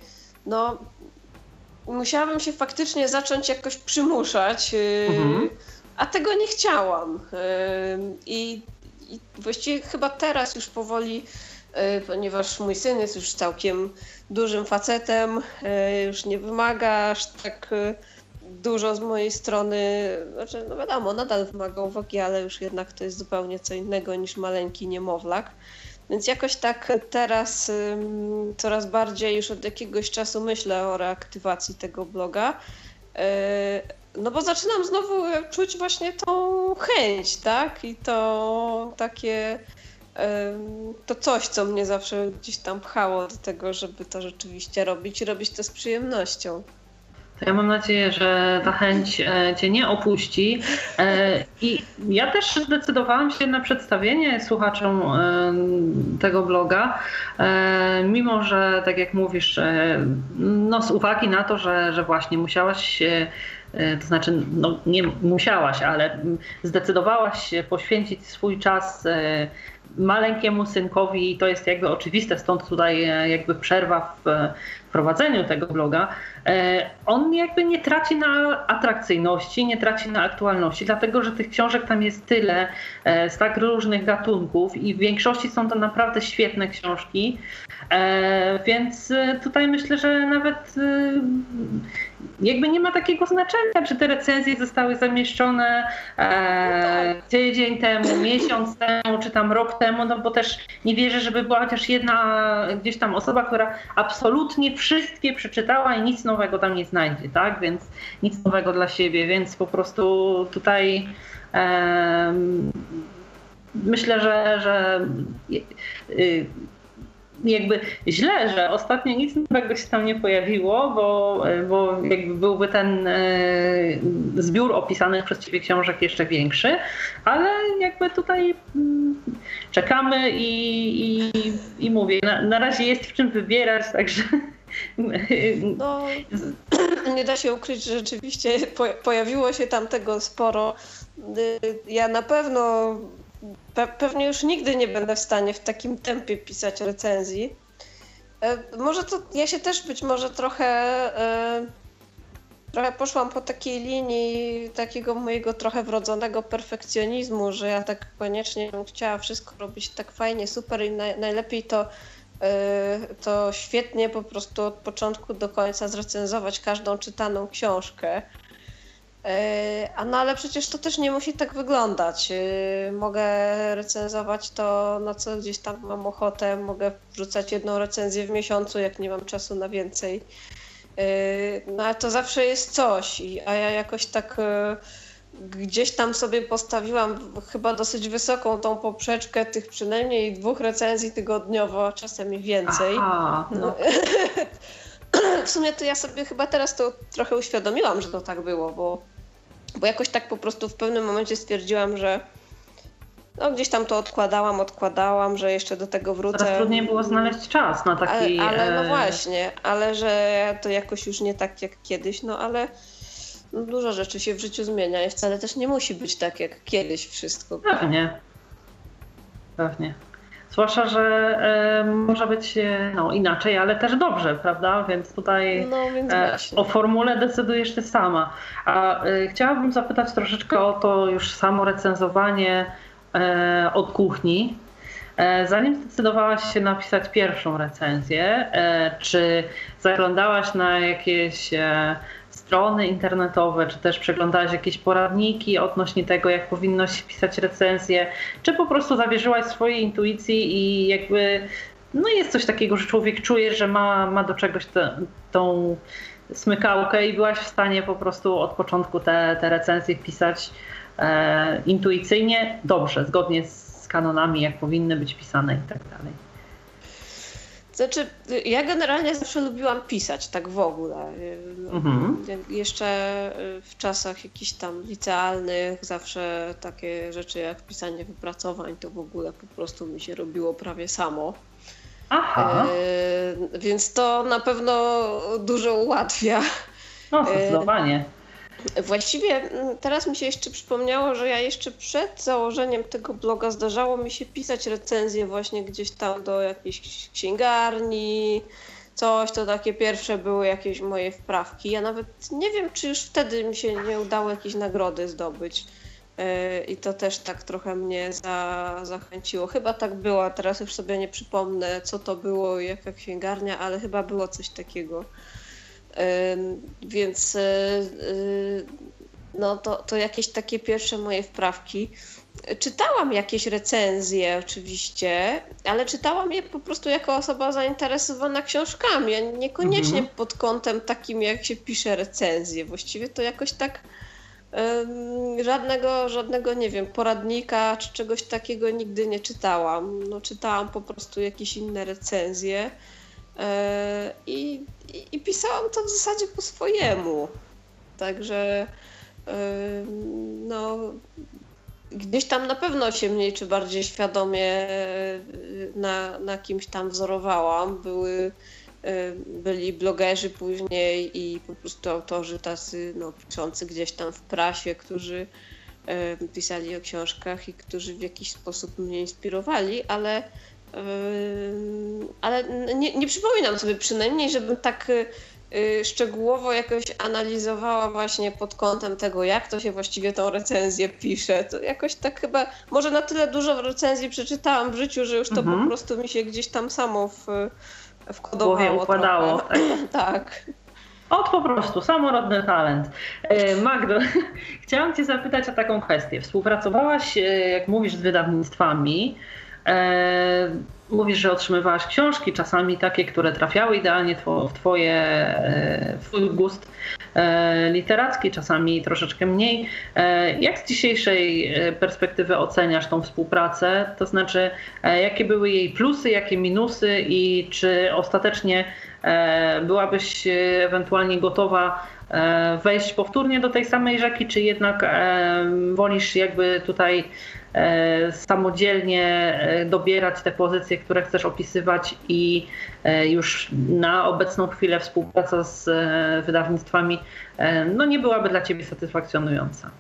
musiałabym się faktycznie zacząć jakoś przymuszać, a tego nie chciałam. I właściwie chyba teraz już powoli, ponieważ mój syn jest już całkiem dużym facetem, już nie wymaga aż tak dużo z mojej strony, znaczy wiadomo, nadal wymaga uwagi, ale już jednak to jest zupełnie co innego niż maleńki niemowlak. Więc jakoś tak teraz coraz bardziej już od jakiegoś czasu myślę o reaktywacji tego bloga. Bo zaczynam znowu czuć właśnie tą chęć, tak? I to takie, to coś, co mnie zawsze gdzieś tam pchało do tego, żeby to rzeczywiście robić i robić to z przyjemnością. To ja mam nadzieję, że ta chęć cię nie opuści. I ja też zdecydowałam się na przedstawienie słuchaczom tego bloga, mimo że, tak jak mówisz, z uwagi na to, że właśnie musiałaś się, to znaczy nie musiałaś, ale zdecydowałaś się poświęcić swój czas maleńkiemu synkowi i to jest jakby oczywiste, stąd tutaj jakby przerwa w prowadzeniu tego bloga. On jakby nie traci na atrakcyjności, nie traci na aktualności, dlatego że tych książek tam jest tyle z tak różnych gatunków i w większości są to naprawdę świetne książki, więc tutaj myślę, że nawet jakby nie ma takiego znaczenia, czy te recenzje zostały zamieszczone tydzień temu, miesiąc temu, czy tam rok temu, bo też nie wierzę, żeby była chociaż jedna gdzieś tam osoba, która absolutnie wszystkie przeczytała i nic nowego tam nie znajdzie, tak? Więc nic nowego dla siebie, więc po prostu tutaj myślę, że jakby źle, że ostatnio nic nowego się tam nie pojawiło, bo jakby byłby ten zbiór opisanych przez ciebie książek jeszcze większy, ale jakby tutaj czekamy i mówię, na razie jest w czym wybierać, także... No, nie da się ukryć, że rzeczywiście pojawiło się tam tego sporo. Ja na pewno, pewnie już nigdy nie będę w stanie w takim tempie pisać recenzji. Może to, ja się też być może trochę poszłam po takiej linii takiego mojego trochę wrodzonego perfekcjonizmu, że ja tak koniecznie bym chciała wszystko robić tak fajnie, super i najlepiej to świetnie po prostu od początku do końca zrecenzować każdą czytaną książkę. No ale przecież to też nie musi tak wyglądać. Mogę recenzować to, na co gdzieś tam mam ochotę, mogę wrzucać jedną recenzję w miesiącu, jak nie mam czasu na więcej. No ale to zawsze jest coś, a ja jakoś tak gdzieś tam sobie postawiłam chyba dosyć wysoką tą poprzeczkę tych przynajmniej 2 recenzji tygodniowo, a czasem i więcej. Aha, no. W sumie to ja sobie chyba teraz to trochę uświadomiłam, że to tak było, bo jakoś tak po prostu w pewnym momencie stwierdziłam, że no gdzieś tam to odkładałam, że jeszcze do tego wrócę. Teraz trudniej było znaleźć czas na taki... Ale no właśnie, ale że to jakoś już nie tak jak kiedyś, no ale no dużo rzeczy się w życiu zmienia i wcale też nie musi być tak jak kiedyś wszystko. Pewnie. Zwłaszcza, że może być inaczej, ale też dobrze, prawda? Więc tutaj o formule decydujesz ty sama. A chciałabym zapytać troszeczkę o to już samo recenzowanie od kuchni. Zanim zdecydowałaś się napisać pierwszą recenzję, czy zaglądałaś na jakieś strony internetowe, czy też przeglądałaś jakieś poradniki odnośnie tego, jak powinno się pisać recenzję, czy po prostu zawierzyłaś swojej intuicji i jakby jest coś takiego, że człowiek czuje, że ma do czegoś tą smykałkę i byłaś w stanie po prostu od początku te recenzje pisać intuicyjnie, dobrze, zgodnie z kanonami, jak powinny być pisane i tak dalej. Znaczy, ja generalnie zawsze lubiłam pisać, tak w ogóle. Jeszcze w czasach jakichś tam licealnych zawsze takie rzeczy jak pisanie wypracowań to w ogóle po prostu mi się robiło prawie samo. Aha. Więc to na pewno dużo ułatwia. No, zdecydowanie. Właściwie teraz mi się jeszcze przypomniało, że ja jeszcze przed założeniem tego bloga zdarzało mi się pisać recenzje właśnie gdzieś tam do jakiejś księgarni, coś, to takie pierwsze były jakieś moje wprawki. Ja nawet nie wiem, czy już wtedy mi się nie udało jakieś nagrody zdobyć. I to też tak trochę mnie zachęciło. Chyba tak było, teraz już sobie nie przypomnę, co to było, jaka księgarnia, ale chyba było coś takiego. Więc no to jakieś takie pierwsze moje wprawki. Czytałam jakieś recenzje oczywiście, ale czytałam je po prostu jako osoba zainteresowana książkami, a niekoniecznie pod kątem takim, jak się pisze recenzje. Właściwie to jakoś tak żadnego, nie wiem, poradnika czy czegoś takiego nigdy nie czytałam. No, czytałam po prostu jakieś inne recenzje i pisałam to w zasadzie po swojemu. Także no gdzieś tam na pewno się mniej czy bardziej świadomie na kimś tam wzorowałam. Byli blogerzy później i po prostu autorzy tacy piszący gdzieś tam w prasie, którzy pisali o książkach i którzy w jakiś sposób mnie inspirowali, ale nie przypominam sobie przynajmniej, żebym tak szczegółowo jakoś analizowała właśnie pod kątem tego, jak to się właściwie tą recenzję pisze. To jakoś tak chyba, może na tyle dużo recenzji przeczytałam w życiu, że już to po prostu mi się gdzieś tam samo wkodowało. W głowie układało. Tak? Tak. Po prostu, samorodny talent. Magdo, chciałam cię zapytać o taką kwestię. Współpracowałaś, jak mówisz, z wydawnictwami. Mówisz, że otrzymywałaś książki, czasami takie, które trafiały idealnie w twój gust. literackiej, czasami troszeczkę mniej. Jak z dzisiejszej perspektywy oceniasz tą współpracę? To znaczy, jakie były jej plusy, jakie minusy i czy ostatecznie byłabyś ewentualnie gotowa wejść powtórnie do tej samej rzeki, czy jednak wolisz jakby tutaj samodzielnie dobierać te pozycje, które chcesz opisywać i już na obecną chwilę współpraca z wydawnictwami no nie byłaby dla Ciebie satysfakcjonująca?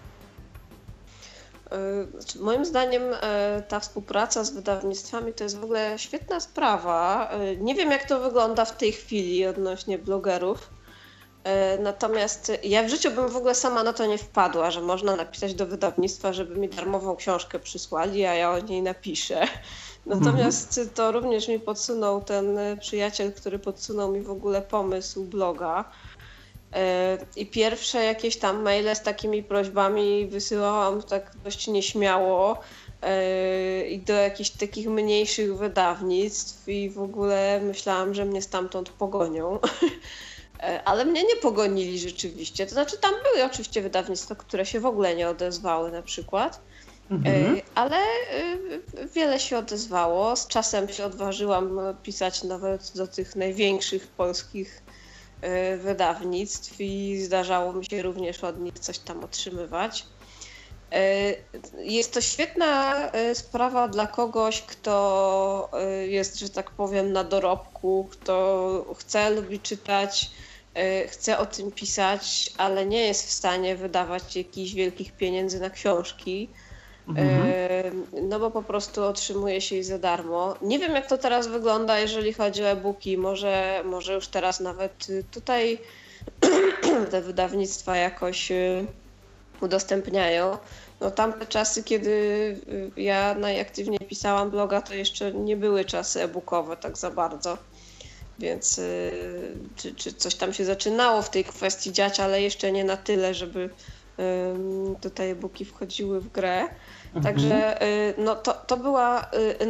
Moim zdaniem ta współpraca z wydawnictwami to jest w ogóle świetna sprawa. Nie wiem, jak to wygląda w tej chwili odnośnie blogerów. Natomiast ja w życiu bym w ogóle sama na to nie wpadła, że można napisać do wydawnictwa, żeby mi darmową książkę przysłali, a ja o niej napiszę. Natomiast to również mi podsunął ten przyjaciel, który podsunął mi w ogóle pomysł bloga. I pierwsze jakieś tam maile z takimi prośbami wysyłałam tak dość nieśmiało i do jakichś takich mniejszych wydawnictw i w ogóle myślałam, że mnie stamtąd pogonią. Ale mnie nie pogonili rzeczywiście. To znaczy tam były oczywiście wydawnictwa, które się w ogóle nie odezwały na przykład, ale wiele się odezwało. Z czasem się odważyłam pisać nawet do tych największych polskich wydawnictw i zdarzało mi się również od nich coś tam otrzymywać. Jest to świetna sprawa dla kogoś, kto jest, że tak powiem, na dorobku, kto chce, lubi czytać, chce o tym pisać, ale nie jest w stanie wydawać jakichś wielkich pieniędzy na książki, no bo po prostu otrzymuje się je za darmo. Nie wiem, jak to teraz wygląda, jeżeli chodzi o e-booki. Może już teraz nawet tutaj te wydawnictwa jakoś udostępniają. No tamte czasy, kiedy ja najaktywniej pisałam bloga, to jeszcze nie były czasy e-bookowe tak za bardzo. Więc czy coś tam się zaczynało w tej kwestii dziać, ale jeszcze nie na tyle, żeby tutaj e-booki wchodziły w grę. Także no to była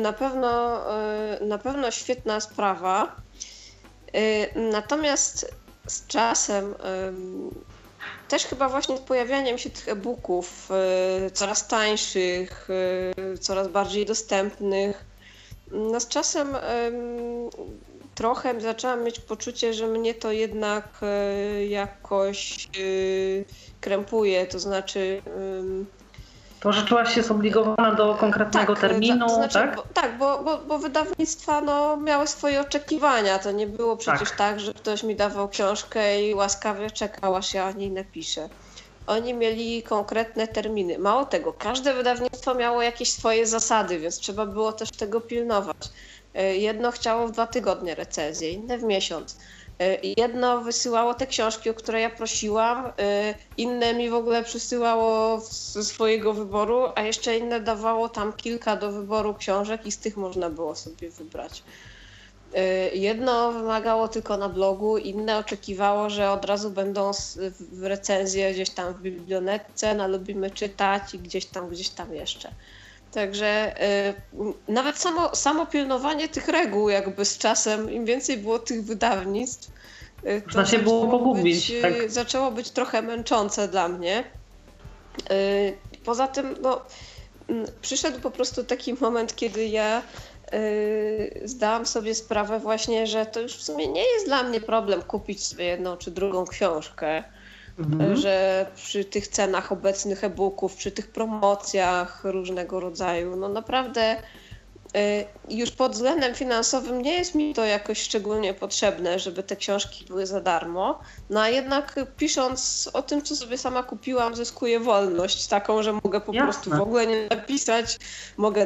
na pewno świetna sprawa. Natomiast z czasem też chyba właśnie z pojawianiem się tych e-booków coraz tańszych, coraz bardziej dostępnych, no z czasem trochę zaczęłam mieć poczucie, że mnie to jednak jakoś krępuje, to znaczy... To, że czułaś się zobligowana do konkretnego terminu, to znaczy, tak? Bo wydawnictwa miały swoje oczekiwania. To nie było przecież tak, że ktoś mi dawał książkę i łaskawie czekał, aż ja o niej napiszę. Oni mieli konkretne terminy. Mało tego, każde wydawnictwo miało jakieś swoje zasady, więc trzeba było też tego pilnować. Jedno chciało w 2 tygodnie recenzję, inne w miesiąc. Jedno wysyłało te książki, o które ja prosiłam, inne mi w ogóle przysyłało ze swojego wyboru, a jeszcze inne dawało tam kilka do wyboru książek i z tych można było sobie wybrać. Jedno wymagało tylko na blogu, inne oczekiwało, że od razu będą recenzje gdzieś tam w bibliotece, na Lubimy Czytać i gdzieś tam jeszcze. Także nawet samo pilnowanie tych reguł jakby z czasem, im więcej było tych wydawnictw, to się było pogubić. Zaczęło być trochę męczące dla mnie. Poza tym przyszedł po prostu taki moment, kiedy ja zdałam sobie sprawę właśnie, że to już w sumie nie jest dla mnie problem kupić sobie jedną czy drugą książkę. Że przy tych cenach obecnych e-booków, przy tych promocjach różnego rodzaju, no naprawdę już pod względem finansowym nie jest mi to jakoś szczególnie potrzebne, żeby te książki były za darmo, no a jednak pisząc o tym, co sobie sama kupiłam, zyskuję wolność taką, że mogę po prostu w ogóle nie napisać, mogę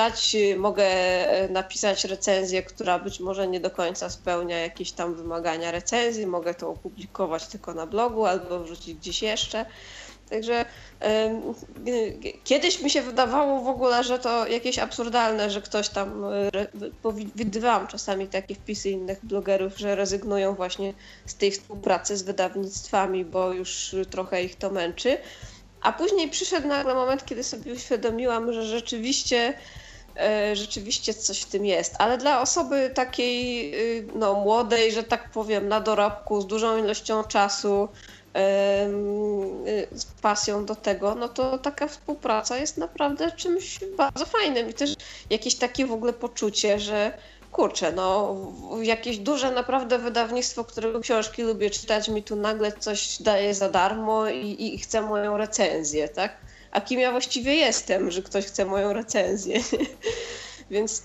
napisać recenzję, która być może nie do końca spełnia jakieś tam wymagania recenzji, mogę to opublikować tylko na blogu albo wrzucić gdzieś jeszcze. Także kiedyś mi się wydawało w ogóle, że to jakieś absurdalne, że ktoś tam, widywałam czasami takie wpisy innych blogerów, że rezygnują właśnie z tej współpracy z wydawnictwami, bo już trochę ich to męczy. A później przyszedł nagle moment, kiedy sobie uświadomiłam, że rzeczywiście coś w tym jest. Ale dla osoby takiej młodej, że tak powiem, na dorobku, z dużą ilością czasu, z pasją do tego, no to taka współpraca jest naprawdę czymś bardzo fajnym i też jakieś takie w ogóle poczucie, że kurczę, no jakieś duże naprawdę wydawnictwo, którego książki lubię czytać, mi tu nagle coś daje za darmo i chce moją recenzję, tak? A kim ja właściwie jestem, że ktoś chce moją recenzję? Więc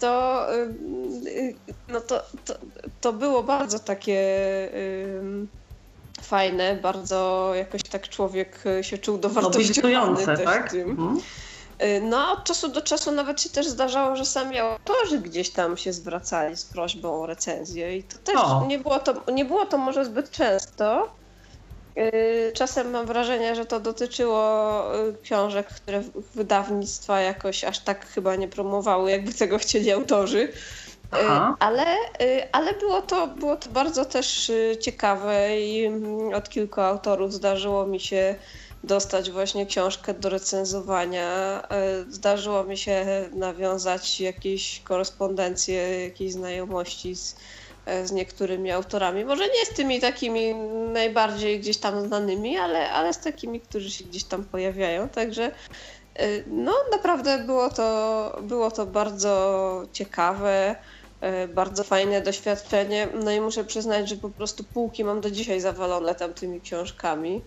to było bardzo takie fajne, bardzo jakoś tak człowiek się czuł dowartościowany też tak? tym. No a od czasu do czasu nawet się też zdarzało, że sami autorzy gdzieś tam się zwracali z prośbą o recenzję i to też nie było to może zbyt często. Czasem mam wrażenie, że to dotyczyło książek, które wydawnictwa jakoś aż tak chyba nie promowały, jakby tego chcieli autorzy. Ale było to bardzo też ciekawe i od kilku autorów zdarzyło mi się dostać właśnie książkę do recenzowania. Zdarzyło mi się nawiązać jakieś korespondencje, jakieś znajomości z niektórymi autorami. Może nie z tymi takimi najbardziej gdzieś tam znanymi, ale z takimi, którzy się gdzieś tam pojawiają. Także no naprawdę było to bardzo ciekawe, bardzo fajne doświadczenie. No i muszę przyznać, że po prostu półki mam do dzisiaj zawalone tamtymi książkami.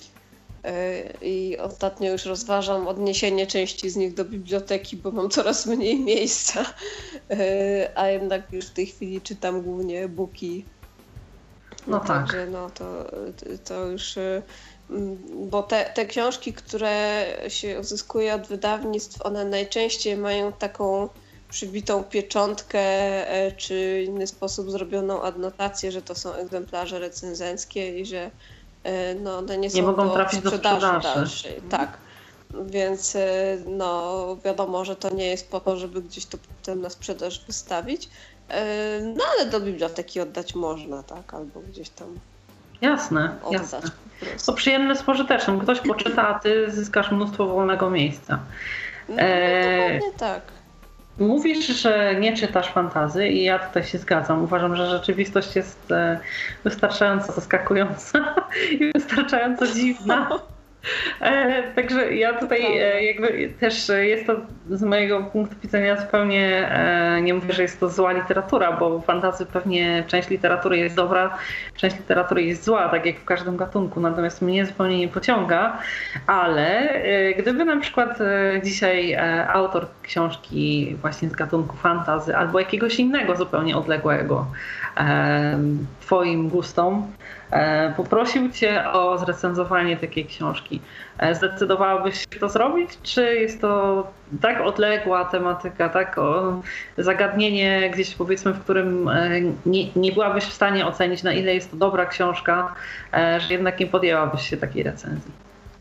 I ostatnio już rozważam odniesienie części z nich do biblioteki, bo mam coraz mniej miejsca, a jednak już w tej chwili czytam głównie e-booki. No tak. Także no to już, bo te książki, które się uzyskuje od wydawnictw, one najczęściej mają taką przybitą pieczątkę czy inny sposób zrobioną adnotację, że to są egzemplarze recenzenckie i że no, one nie mogą trafić do sprzedaży dalszej. Tak. Więc no, wiadomo, że to nie jest po to, żeby gdzieś to potem na sprzedaż wystawić. No ale do biblioteki oddać można, tak? Albo gdzieś tam. Jasne. To przyjemne z pożytecznym. Ktoś poczyta, a ty zyskasz mnóstwo wolnego miejsca. No, dokładnie tak. Mówisz, że nie czytasz fantasy i ja tutaj się zgadzam. Uważam, że rzeczywistość jest wystarczająco zaskakująca i wystarczająco dziwna. Także ja tutaj jakby też jest to z mojego punktu widzenia zupełnie, nie mówię, że jest to zła literatura, bo fantasy pewnie część literatury jest dobra, część literatury jest zła, tak jak w każdym gatunku, natomiast mnie zupełnie nie pociąga, ale gdyby na przykład dzisiaj autor książki właśnie z gatunku fantasy albo jakiegoś innego zupełnie odległego twoim gustom poprosił cię o zrecenzowanie takiej książki, zdecydowałabyś się to zrobić? Czy jest to tak odległa tematyka, tak zagadnienie gdzieś powiedzmy, w którym nie byłabyś w stanie ocenić, na ile jest to dobra książka, że jednak nie podjęłabyś się takiej recenzji?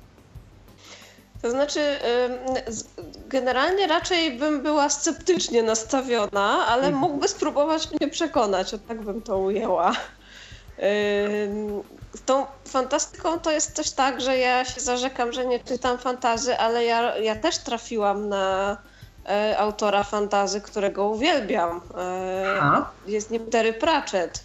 To znaczy, generalnie raczej bym była sceptycznie nastawiona, ale mógłby spróbować mnie przekonać, o tak bym to ujęła. Z tą fantastyką to jest też tak, że ja się zarzekam, że nie czytam fantasy, ale ja też trafiłam na autora fantasy, którego uwielbiam. Jest nim Terry Pratchett.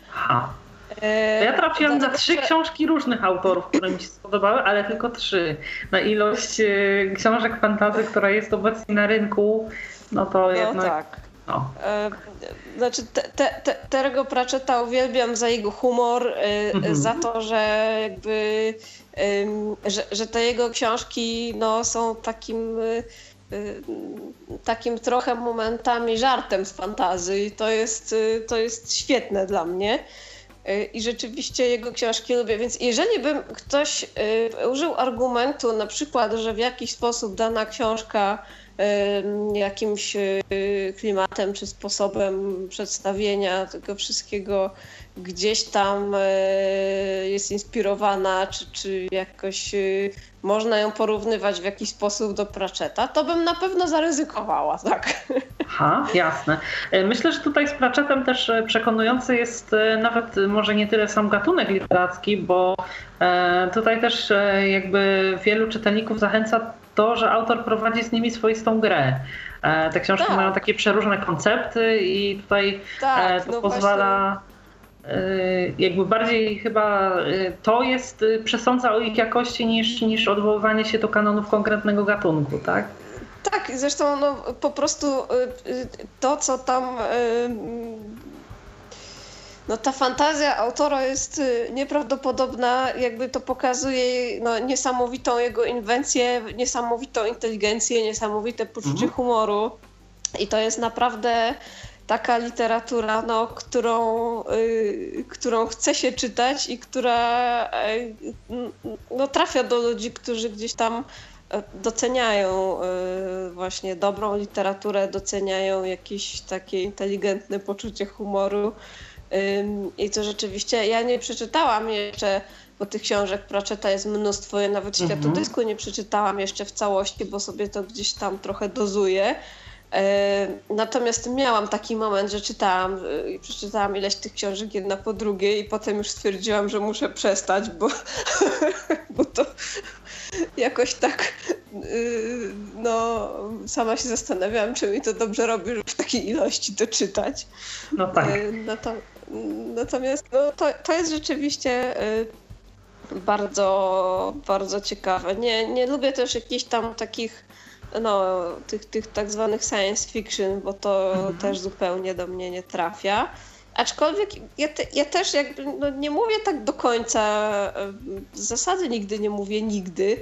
Ja trafiłam na 3 książki różnych autorów, które mi się spodobały, ale tylko 3. Na ilość książek fantasy, która jest obecnie na rynku, no to jednak... Tak. No. Znaczy Terry'ego Pratchetta uwielbiam za jego humor, za to, że jakby że te jego książki no, są takim trochę momentami żartem z fantasy i to jest świetne dla mnie. I rzeczywiście jego książki lubię, więc jeżeli bym ktoś użył argumentu na przykład, że w jakiś sposób dana książka jakimś klimatem czy sposobem przedstawienia tego wszystkiego gdzieś tam jest inspirowana, czy jakoś można ją porównywać w jakiś sposób do Pratchetta, to bym na pewno zaryzykowała, tak. Jasne. Myślę, że tutaj z Pratchettem też przekonujący jest nawet może nie tyle sam gatunek literacki, bo tutaj też jakby wielu czytelników zachęca to, że autor prowadzi z nimi swoistą grę. Te książki mają takie przeróżne koncepty i tutaj to pozwala... jakby bardziej chyba to jest przesądza o ich jakości niż odwoływanie się do kanonów konkretnego gatunku, tak? Tak, zresztą no, po prostu to, co tam... No ta fantazja autora jest nieprawdopodobna, jakby to pokazuje no, niesamowitą jego inwencję, niesamowitą inteligencję, niesamowite poczucie humoru i to jest naprawdę taka literatura, no, którą chce się czytać i która no, trafia do ludzi, którzy gdzieś tam doceniają właśnie dobrą literaturę, doceniają jakieś takie inteligentne poczucie humoru. I to rzeczywiście, ja nie przeczytałam jeszcze, bo tych książek Pratchetta jest mnóstwo, ja nawet Światodysku nie przeczytałam jeszcze w całości, bo sobie to gdzieś tam trochę dozuję. Natomiast miałam taki moment, że przeczytałam ileś tych książek jedna po drugiej i potem już stwierdziłam, że muszę przestać, bo to jakoś tak no sama się zastanawiałam, czy mi to dobrze robi, żeby w takiej ilości to czytać. No tak. Natomiast no, to jest rzeczywiście bardzo, bardzo ciekawe. Nie lubię też jakichś tam takich no, tych tak zwanych science fiction, bo to też zupełnie do mnie nie trafia. Aczkolwiek ja też jakby no, nie mówię tak do końca, z zasady nigdy nie mówię nigdy.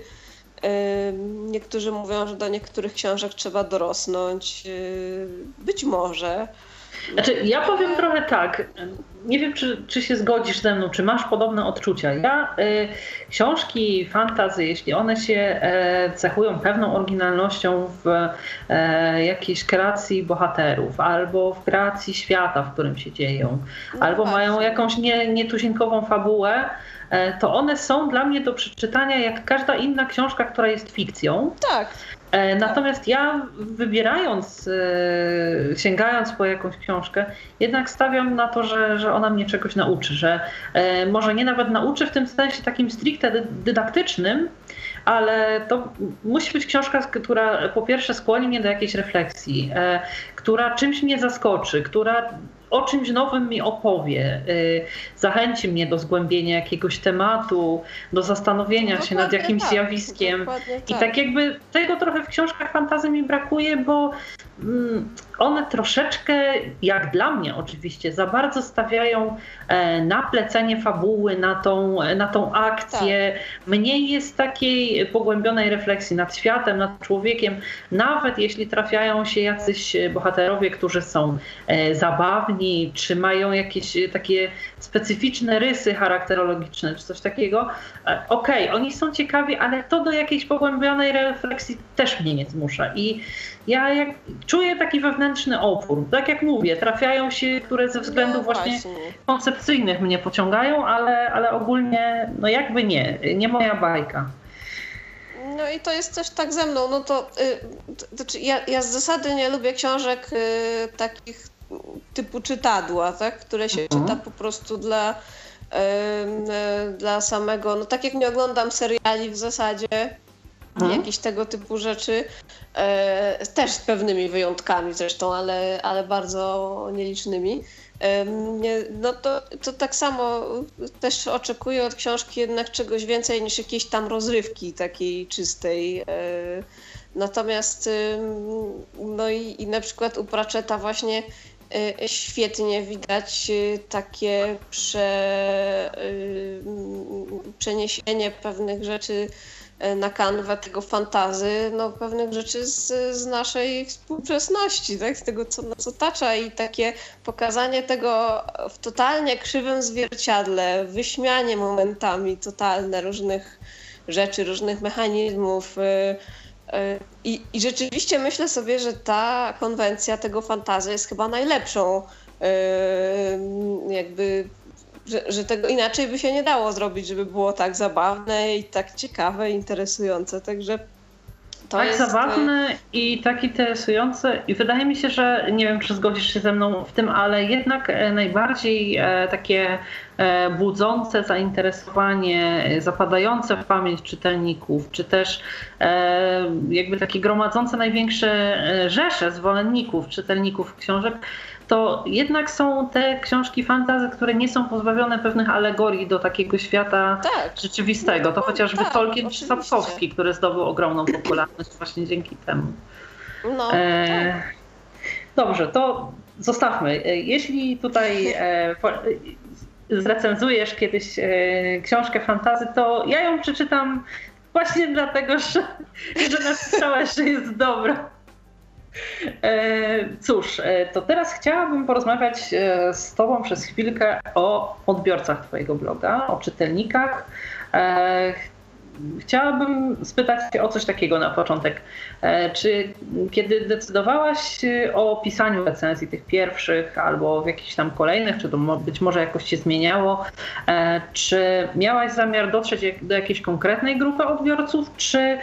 Niektórzy mówią, że do niektórych książek trzeba dorosnąć. Być może. Znaczy, ja powiem trochę tak, nie wiem, czy się zgodzisz ze mną, czy masz podobne odczucia. Ja książki fantasy, jeśli one się cechują pewną oryginalnością w jakiejś kreacji bohaterów, albo w kreacji świata, w którym się dzieją, albo mają jakąś nietuzinkową fabułę, to one są dla mnie do przeczytania jak każda inna książka, która jest fikcją. Tak. Natomiast ja wybierając, sięgając po jakąś książkę, jednak stawiam na to, że ona mnie czegoś nauczy, że może nie nawet nauczy w tym sensie takim stricte dydaktycznym, ale to musi być książka, która po pierwsze skłoni mnie do jakiejś refleksji, która czymś mnie zaskoczy, która o czymś nowym mi opowie, zachęci mnie do zgłębienia jakiegoś tematu, do zastanowienia się nad jakimś zjawiskiem. I tak jakby tego trochę w książkach fantasy mi brakuje, bo one troszeczkę, jak dla mnie oczywiście, za bardzo stawiają na plecenie fabuły, na tą akcję. Tak. Mniej jest takiej pogłębionej refleksji nad światem, nad człowiekiem, nawet jeśli trafiają się jacyś bohaterowie, którzy są zabawni, czy mają jakieś takie specyficzne rysy charakterologiczne, czy coś takiego. Okej, oni są ciekawi, ale to do jakiejś pogłębionej refleksji też mnie nie zmusza. I ja czuję taki wewnętrzny opór. Tak jak mówię, trafiają się, które ze względów właśnie koncepcyjnych mnie pociągają, ale ogólnie no jakby nie moja bajka. No i to jest też tak ze mną. No to ja z zasady nie lubię książek takich typu czytadła, tak? Które się czyta po prostu dla samego, no tak jak nie oglądam seriali w zasadzie, jakieś tego typu rzeczy, też z pewnymi wyjątkami zresztą, ale bardzo nielicznymi. No to tak samo też oczekuję od książki jednak czegoś więcej niż jakiejś tam rozrywki takiej czystej. Natomiast no i na przykład u Pratchetta właśnie świetnie widać takie przeniesienie pewnych rzeczy na kanwę tego fantazy, no pewnych rzeczy z naszej współczesności, tak? Z tego, co nas otacza i takie pokazanie tego w totalnie krzywym zwierciadle, wyśmianie momentami totalne różnych rzeczy, różnych mechanizmów. I rzeczywiście myślę sobie, że ta konwencja tego fantazy jest chyba najlepszą, jakby, że tego inaczej by się nie dało zrobić, żeby było tak zabawne i tak ciekawe, interesujące, także to tak jest zabawne i tak interesujące i wydaje mi się, że nie wiem, czy zgodzisz się ze mną w tym, ale jednak najbardziej takie budzące zainteresowanie, zapadające w pamięć czytelników, czy też jakby takie gromadzące największe rzesze zwolenników, czytelników książek, to jednak są te książki fantasy, które nie są pozbawione pewnych alegorii do takiego świata rzeczywistego. To chociażby Tolkien czy Sapkowski, który zdobył ogromną popularność właśnie dzięki temu. Dobrze, to zostawmy. Jeśli tutaj zrecenzujesz kiedyś książkę fantasy, to ja ją przeczytam właśnie dlatego, że napisałaś, że jest dobra. Cóż, to teraz chciałabym porozmawiać z Tobą przez chwilkę o odbiorcach Twojego bloga, o czytelnikach. Chciałabym spytać Cię o coś takiego na początek. Czy kiedy decydowałaś o pisaniu recenzji tych pierwszych albo w jakichś tam kolejnych, czy to być może jakoś się zmieniało, czy miałaś zamiar dotrzeć do jakiejś konkretnej grupy odbiorców, czy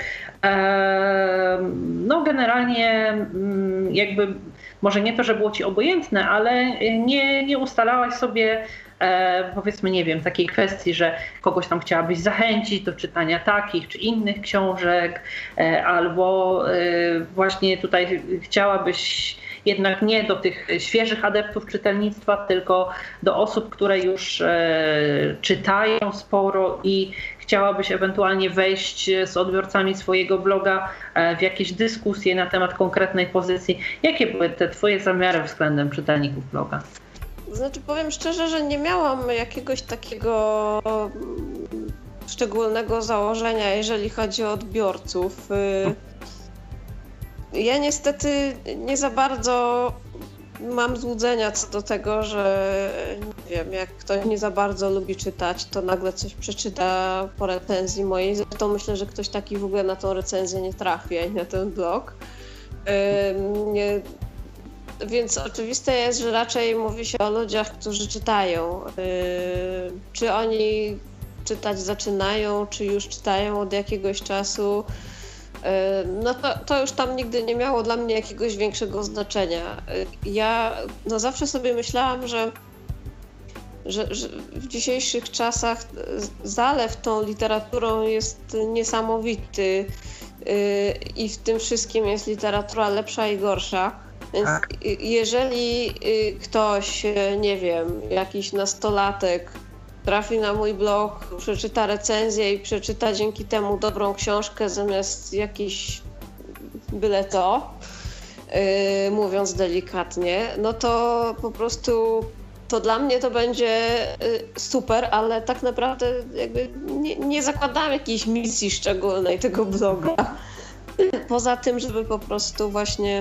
no generalnie jakby może nie to, że było Ci obojętne, ale nie ustalałaś sobie powiedzmy, nie wiem, takiej kwestii, że kogoś tam chciałabyś zachęcić do czytania takich czy innych książek, albo właśnie tutaj chciałabyś jednak nie do tych świeżych adeptów czytelnictwa, tylko do osób, które już czytają sporo i chciałabyś ewentualnie wejść z odbiorcami swojego bloga w jakieś dyskusje na temat konkretnej pozycji. Jakie były te Twoje zamiary względem czytelników bloga? Znaczy, powiem szczerze, że nie miałam jakiegoś takiego szczególnego założenia, jeżeli chodzi o odbiorców. Ja niestety nie za bardzo mam złudzenia co do tego, że nie wiem, jak ktoś nie za bardzo lubi czytać, to nagle coś przeczyta po recenzji mojej. Zresztą myślę, że ktoś taki w ogóle na tą recenzję nie trafi, ani na ten blog. Więc oczywiste jest, że raczej mówi się o ludziach, którzy czytają. Czy oni czytać zaczynają, czy już czytają od jakiegoś czasu, no to już tam nigdy nie miało dla mnie jakiegoś większego znaczenia. Ja zawsze sobie myślałam, że w dzisiejszych czasach zalew tą literaturą jest niesamowity i w tym wszystkim jest literatura lepsza i gorsza. Więc jeżeli ktoś, nie wiem, jakiś nastolatek trafi na mój blog, przeczyta recenzję i przeczyta dzięki temu dobrą książkę zamiast jakiś byle co, mówiąc delikatnie, no to po prostu to dla mnie to będzie super, ale tak naprawdę jakby nie zakładam jakiejś misji szczególnej tego bloga. Poza tym, żeby po prostu właśnie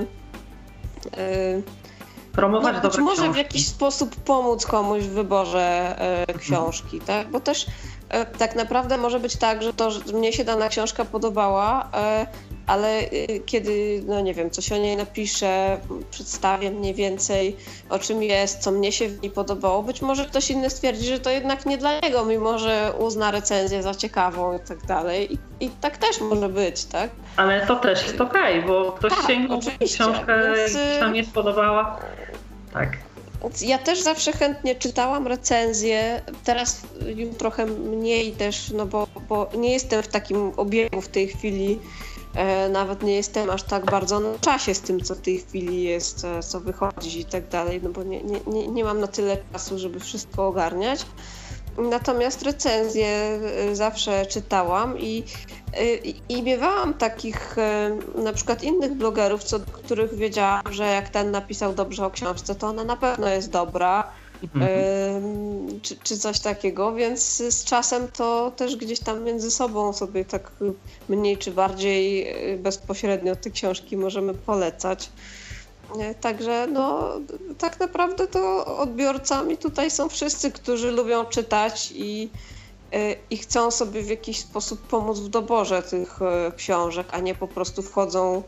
promować dobre czy może książki. w jakiś sposób pomóc komuś w wyborze książki, tak? Bo też tak naprawdę może być tak, że mnie się dana książka podobała, ale kiedy, no nie wiem, coś o niej napiszę, przedstawię mniej więcej, o czym jest, co mnie się w niej podobało, być może ktoś inny stwierdzi, że to jednak nie dla niego, mimo że uzna recenzję za ciekawą i tak dalej. I tak też może być, tak? Ale to też jest okej, bo ktoś sięgnął po książkę, gdzieś tam nie spodobała. Tak. Ja też zawsze chętnie czytałam recenzje, teraz już trochę mniej też, no bo nie jestem w takim obiegu w tej chwili, nawet nie jestem aż tak bardzo na czasie z tym, co w tej chwili jest, co wychodzi i tak dalej, no bo nie mam na tyle czasu, żeby wszystko ogarniać. Natomiast recenzje zawsze czytałam i miewałam takich na przykład innych blogerów, co do których wiedziałam, że jak ten napisał dobrze o książce, to ona na pewno jest dobra, czy coś takiego, więc z czasem to też gdzieś tam między sobą sobie tak mniej czy bardziej bezpośrednio te książki możemy polecać. Także no tak naprawdę to odbiorcami tutaj są wszyscy, którzy lubią czytać i chcą sobie w jakiś sposób pomóc w doborze tych książek, a nie po prostu wchodzą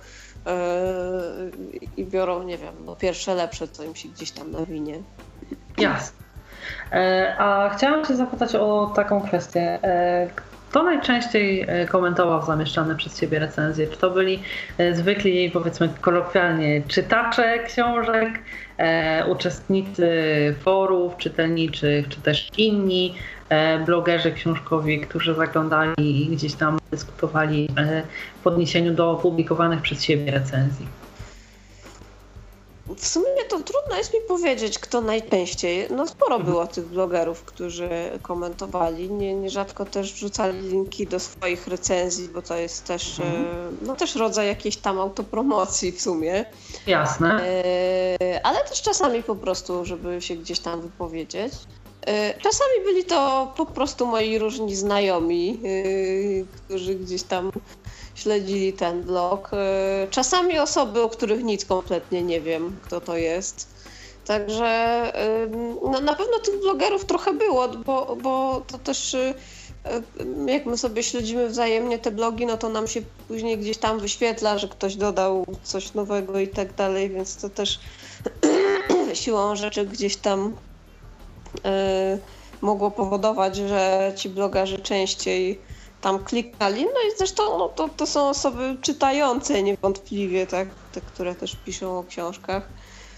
i biorą, nie wiem, no pierwsze lepsze, co im się gdzieś tam nawinie. Jasne. A chciałam Cię zapytać o taką kwestię. Kto najczęściej komentował zamieszczane przez Ciebie recenzje? Czy to byli zwykli, powiedzmy kolokwialnie, czytacze książek, uczestnicy forów czytelniczych, czy też inni blogerzy książkowi, którzy zaglądali i gdzieś tam dyskutowali w odniesieniu do opublikowanych przez Ciebie recenzji? W sumie to trudno jest mi powiedzieć, kto najczęściej. No sporo było tych blogerów, którzy komentowali. Nierzadko też wrzucali linki do swoich recenzji, bo to jest też, też rodzaj jakiejś tam autopromocji w sumie. Jasne. Ale też czasami po prostu, żeby się gdzieś tam wypowiedzieć. Czasami byli to po prostu moi różni znajomi, którzy gdzieś tam śledzili ten blog. Czasami osoby, o których nic kompletnie nie wiem, kto to jest. Także no, na pewno tych blogerów trochę było, bo to też jak my sobie śledzimy wzajemnie te blogi, no to nam się później gdzieś tam wyświetla, że ktoś dodał coś nowego i tak dalej, więc to też siłą rzeczy gdzieś tam mogło powodować, że ci blogerzy częściej tam klikali. No i zresztą no, to są osoby czytające niewątpliwie, tak? Te, które też piszą o książkach.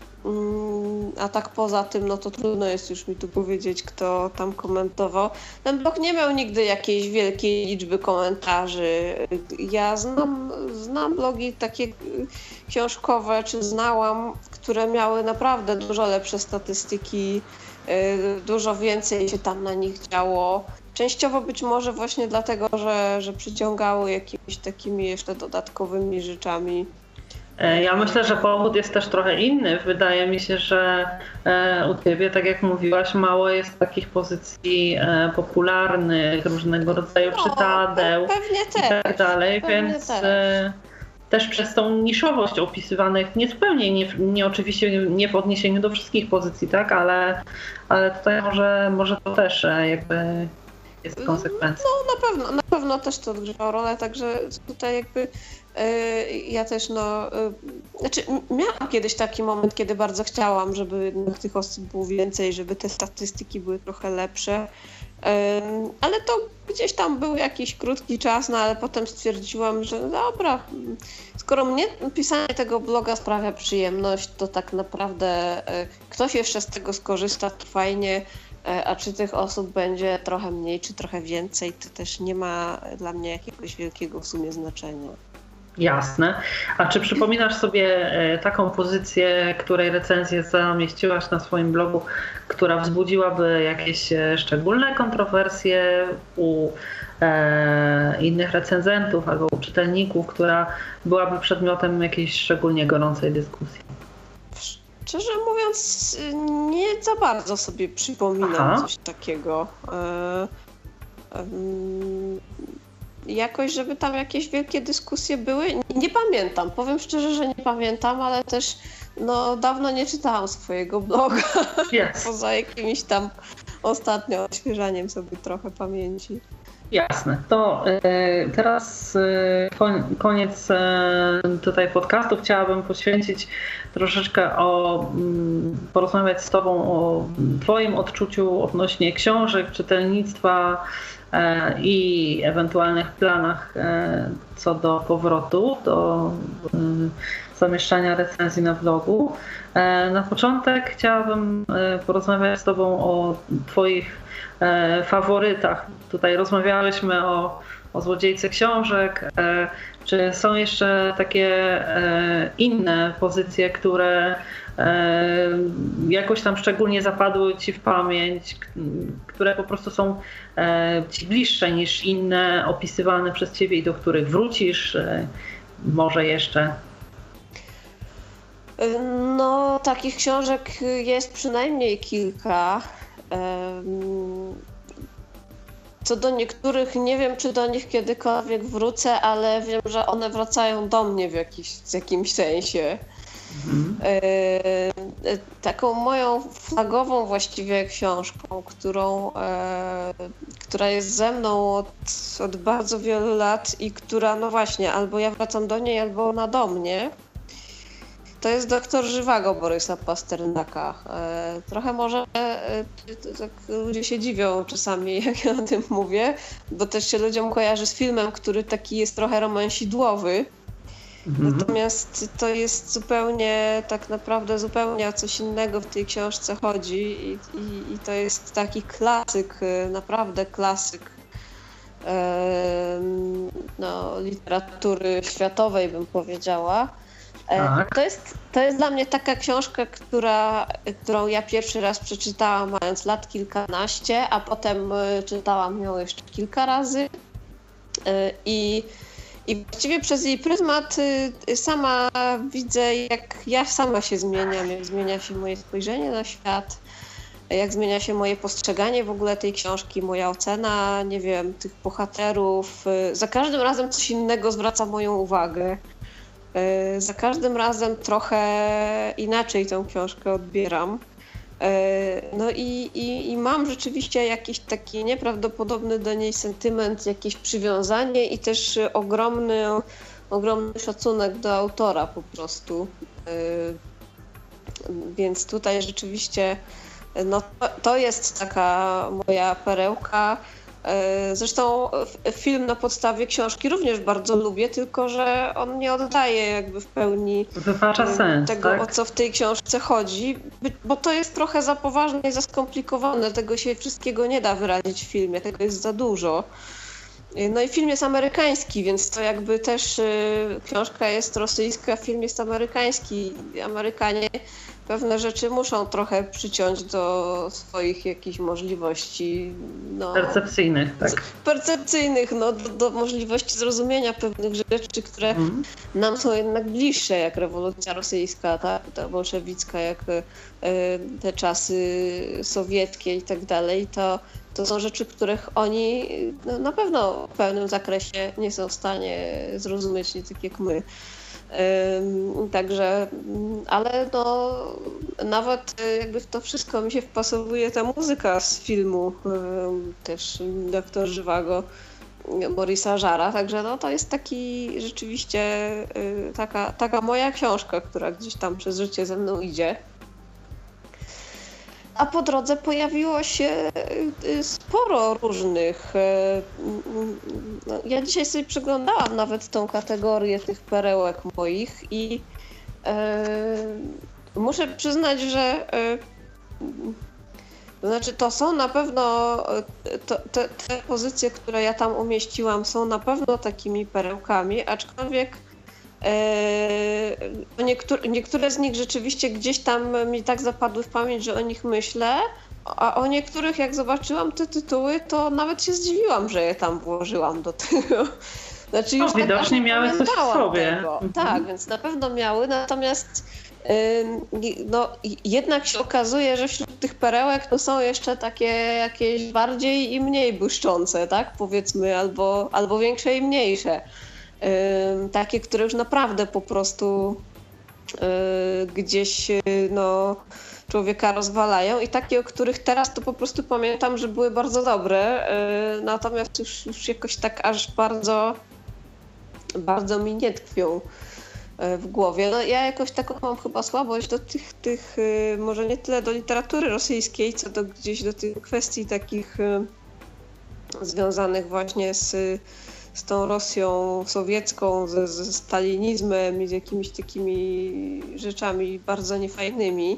A tak poza tym, no to trudno jest już mi tu powiedzieć, kto tam komentował. Ten blog nie miał nigdy jakiejś wielkiej liczby komentarzy. Ja znam blogi takie książkowe, czy znałam, które miały naprawdę dużo lepsze statystyki, dużo więcej się tam na nich działo. Częściowo być może właśnie dlatego, że przyciągały jakimiś takimi jeszcze dodatkowymi rzeczami. Ja myślę, że powód jest też trochę inny. Wydaje mi się, że u Ciebie, tak jak mówiłaś, mało jest takich pozycji popularnych, różnego rodzaju czytadeł i tak dalej, więc też przez tą niszowość opisywanych, niezupełnie, nie oczywiście nie w odniesieniu do wszystkich pozycji, tak, ale tutaj może to też jakby jest konsekwencja. No na pewno też to odgrywało rolę, także tutaj jakby ja też znaczy miałam kiedyś taki moment, kiedy bardzo chciałam, żeby tych osób było więcej, żeby te statystyki były trochę lepsze, ale to gdzieś tam był jakiś krótki czas, no ale potem stwierdziłam, że dobra, skoro mnie pisanie tego bloga sprawia przyjemność, to tak naprawdę ktoś jeszcze z tego skorzysta, to fajnie. A czy tych osób będzie trochę mniej, czy trochę więcej, to też nie ma dla mnie jakiegoś wielkiego w sumie znaczenia. Jasne. A czy przypominasz sobie taką pozycję, której recenzję zamieściłaś na swoim blogu, która wzbudziłaby jakieś szczególne kontrowersje u innych recenzentów albo u czytelników, która byłaby przedmiotem jakiejś szczególnie gorącej dyskusji? Szczerze mówiąc, nie za bardzo sobie przypominam coś takiego. Jakoś, żeby tam jakieś wielkie dyskusje były, nie pamiętam. Powiem szczerze, że nie pamiętam, ale też dawno nie czytałam swojego bloga. Yes. Poza jakimś tam ostatnio odświeżaniem sobie trochę pamięci. Jasne. To teraz koniec tutaj podcastu. Chciałabym poświęcić troszeczkę porozmawiać z Tobą o Twoim odczuciu odnośnie książek, czytelnictwa i ewentualnych planach co do powrotu, do zamieszczania recenzji na blogu. Na początek chciałabym porozmawiać z Tobą o Twoich faworytach. Tutaj rozmawiałyśmy o złodziejce książek. Czy są jeszcze takie inne pozycje, które jakoś tam szczególnie zapadły Ci w pamięć, które po prostu są Ci bliższe niż inne opisywane przez Ciebie i do których wrócisz może jeszcze? No, takich książek jest przynajmniej kilka. Co do niektórych, nie wiem, czy do nich kiedykolwiek wrócę, ale wiem, że one wracają do mnie w jakimś sensie. Taką moją flagową właściwie książką, która jest ze mną od bardzo wielu lat i która, no właśnie, albo ja wracam do niej, albo ona do mnie, To jest Doktor Żywago Borysa Pasternaka. Trochę może tak ludzie się dziwią czasami, jak ja o tym mówię, bo też się ludziom kojarzy z filmem, który taki jest trochę romansidłowy. Natomiast to jest zupełnie, tak naprawdę zupełnie o coś innego w tej książce chodzi i to jest taki klasyk, naprawdę klasyk literatury światowej, bym powiedziała. Tak. To jest dla mnie taka książka, którą ja pierwszy raz przeczytałam mając lat kilkanaście, a potem czytałam ją jeszcze kilka razy i właściwie przez jej pryzmat sama widzę, jak ja sama się zmieniam, jak zmienia się moje spojrzenie na świat, jak zmienia się moje postrzeganie w ogóle tej książki, moja ocena, nie wiem, tych bohaterów. Za każdym razem coś innego zwraca moją uwagę. Za każdym razem trochę inaczej tę książkę odbieram. No i mam rzeczywiście jakiś taki nieprawdopodobny do niej sentyment, jakieś przywiązanie i też ogromny szacunek do autora po prostu. Więc tutaj rzeczywiście to jest taka moja perełka. Zresztą film na podstawie książki również bardzo lubię, tylko że on nie oddaje jakby w pełni tego, tak? O co w tej książce chodzi, bo to jest trochę za poważne i za skomplikowane, tego się wszystkiego nie da wyrazić w filmie, tego jest za dużo. No i film jest amerykański, więc to jakby też książka jest rosyjska, film jest amerykański. Amerykanie pewne rzeczy muszą trochę przyciąć do swoich jakichś możliwości percepcyjnych, tak. Percepcyjnych, do możliwości zrozumienia pewnych rzeczy, które nam są jednak bliższe, jak rewolucja rosyjska, ta bolszewicka, jak te czasy sowieckie i tak dalej. To są rzeczy, których oni na pewno w pewnym zakresie nie są w stanie zrozumieć, nie tak jak my. Także, ale nawet jakby w to wszystko mi się wpasowuje ta muzyka z filmu, też Doktor Żywago Borysa Żara, także to jest taki rzeczywiście taka moja książka, która gdzieś tam przez życie ze mną idzie. A po drodze pojawiło się sporo różnych. Ja dzisiaj sobie przeglądałam nawet tą kategorię tych perełek moich i muszę przyznać, że to są na pewno te pozycje, które ja tam umieściłam, są na pewno takimi perełkami, aczkolwiek niektóre z nich rzeczywiście gdzieś tam mi tak zapadły w pamięć, że o nich myślę, a o niektórych jak zobaczyłam te tytuły, to nawet się zdziwiłam, że je tam włożyłam do tego. Znaczy już widocznie tak miały coś w sobie. Tak, więc na pewno miały, natomiast jednak się okazuje, że wśród tych perełek to są jeszcze takie jakieś bardziej i mniej błyszczące, tak, powiedzmy, albo większe i mniejsze. Takie, które już naprawdę po prostu gdzieś człowieka rozwalają i takie, o których teraz to po prostu pamiętam, że były bardzo dobre, natomiast już jakoś tak aż bardzo, bardzo mi nie tkwią w głowie. Ja jakoś taką mam chyba słabość do tych może nie tyle do literatury rosyjskiej, co gdzieś do tych kwestii takich związanych właśnie z tą Rosją sowiecką, ze stalinizmem i z jakimiś takimi rzeczami bardzo niefajnymi.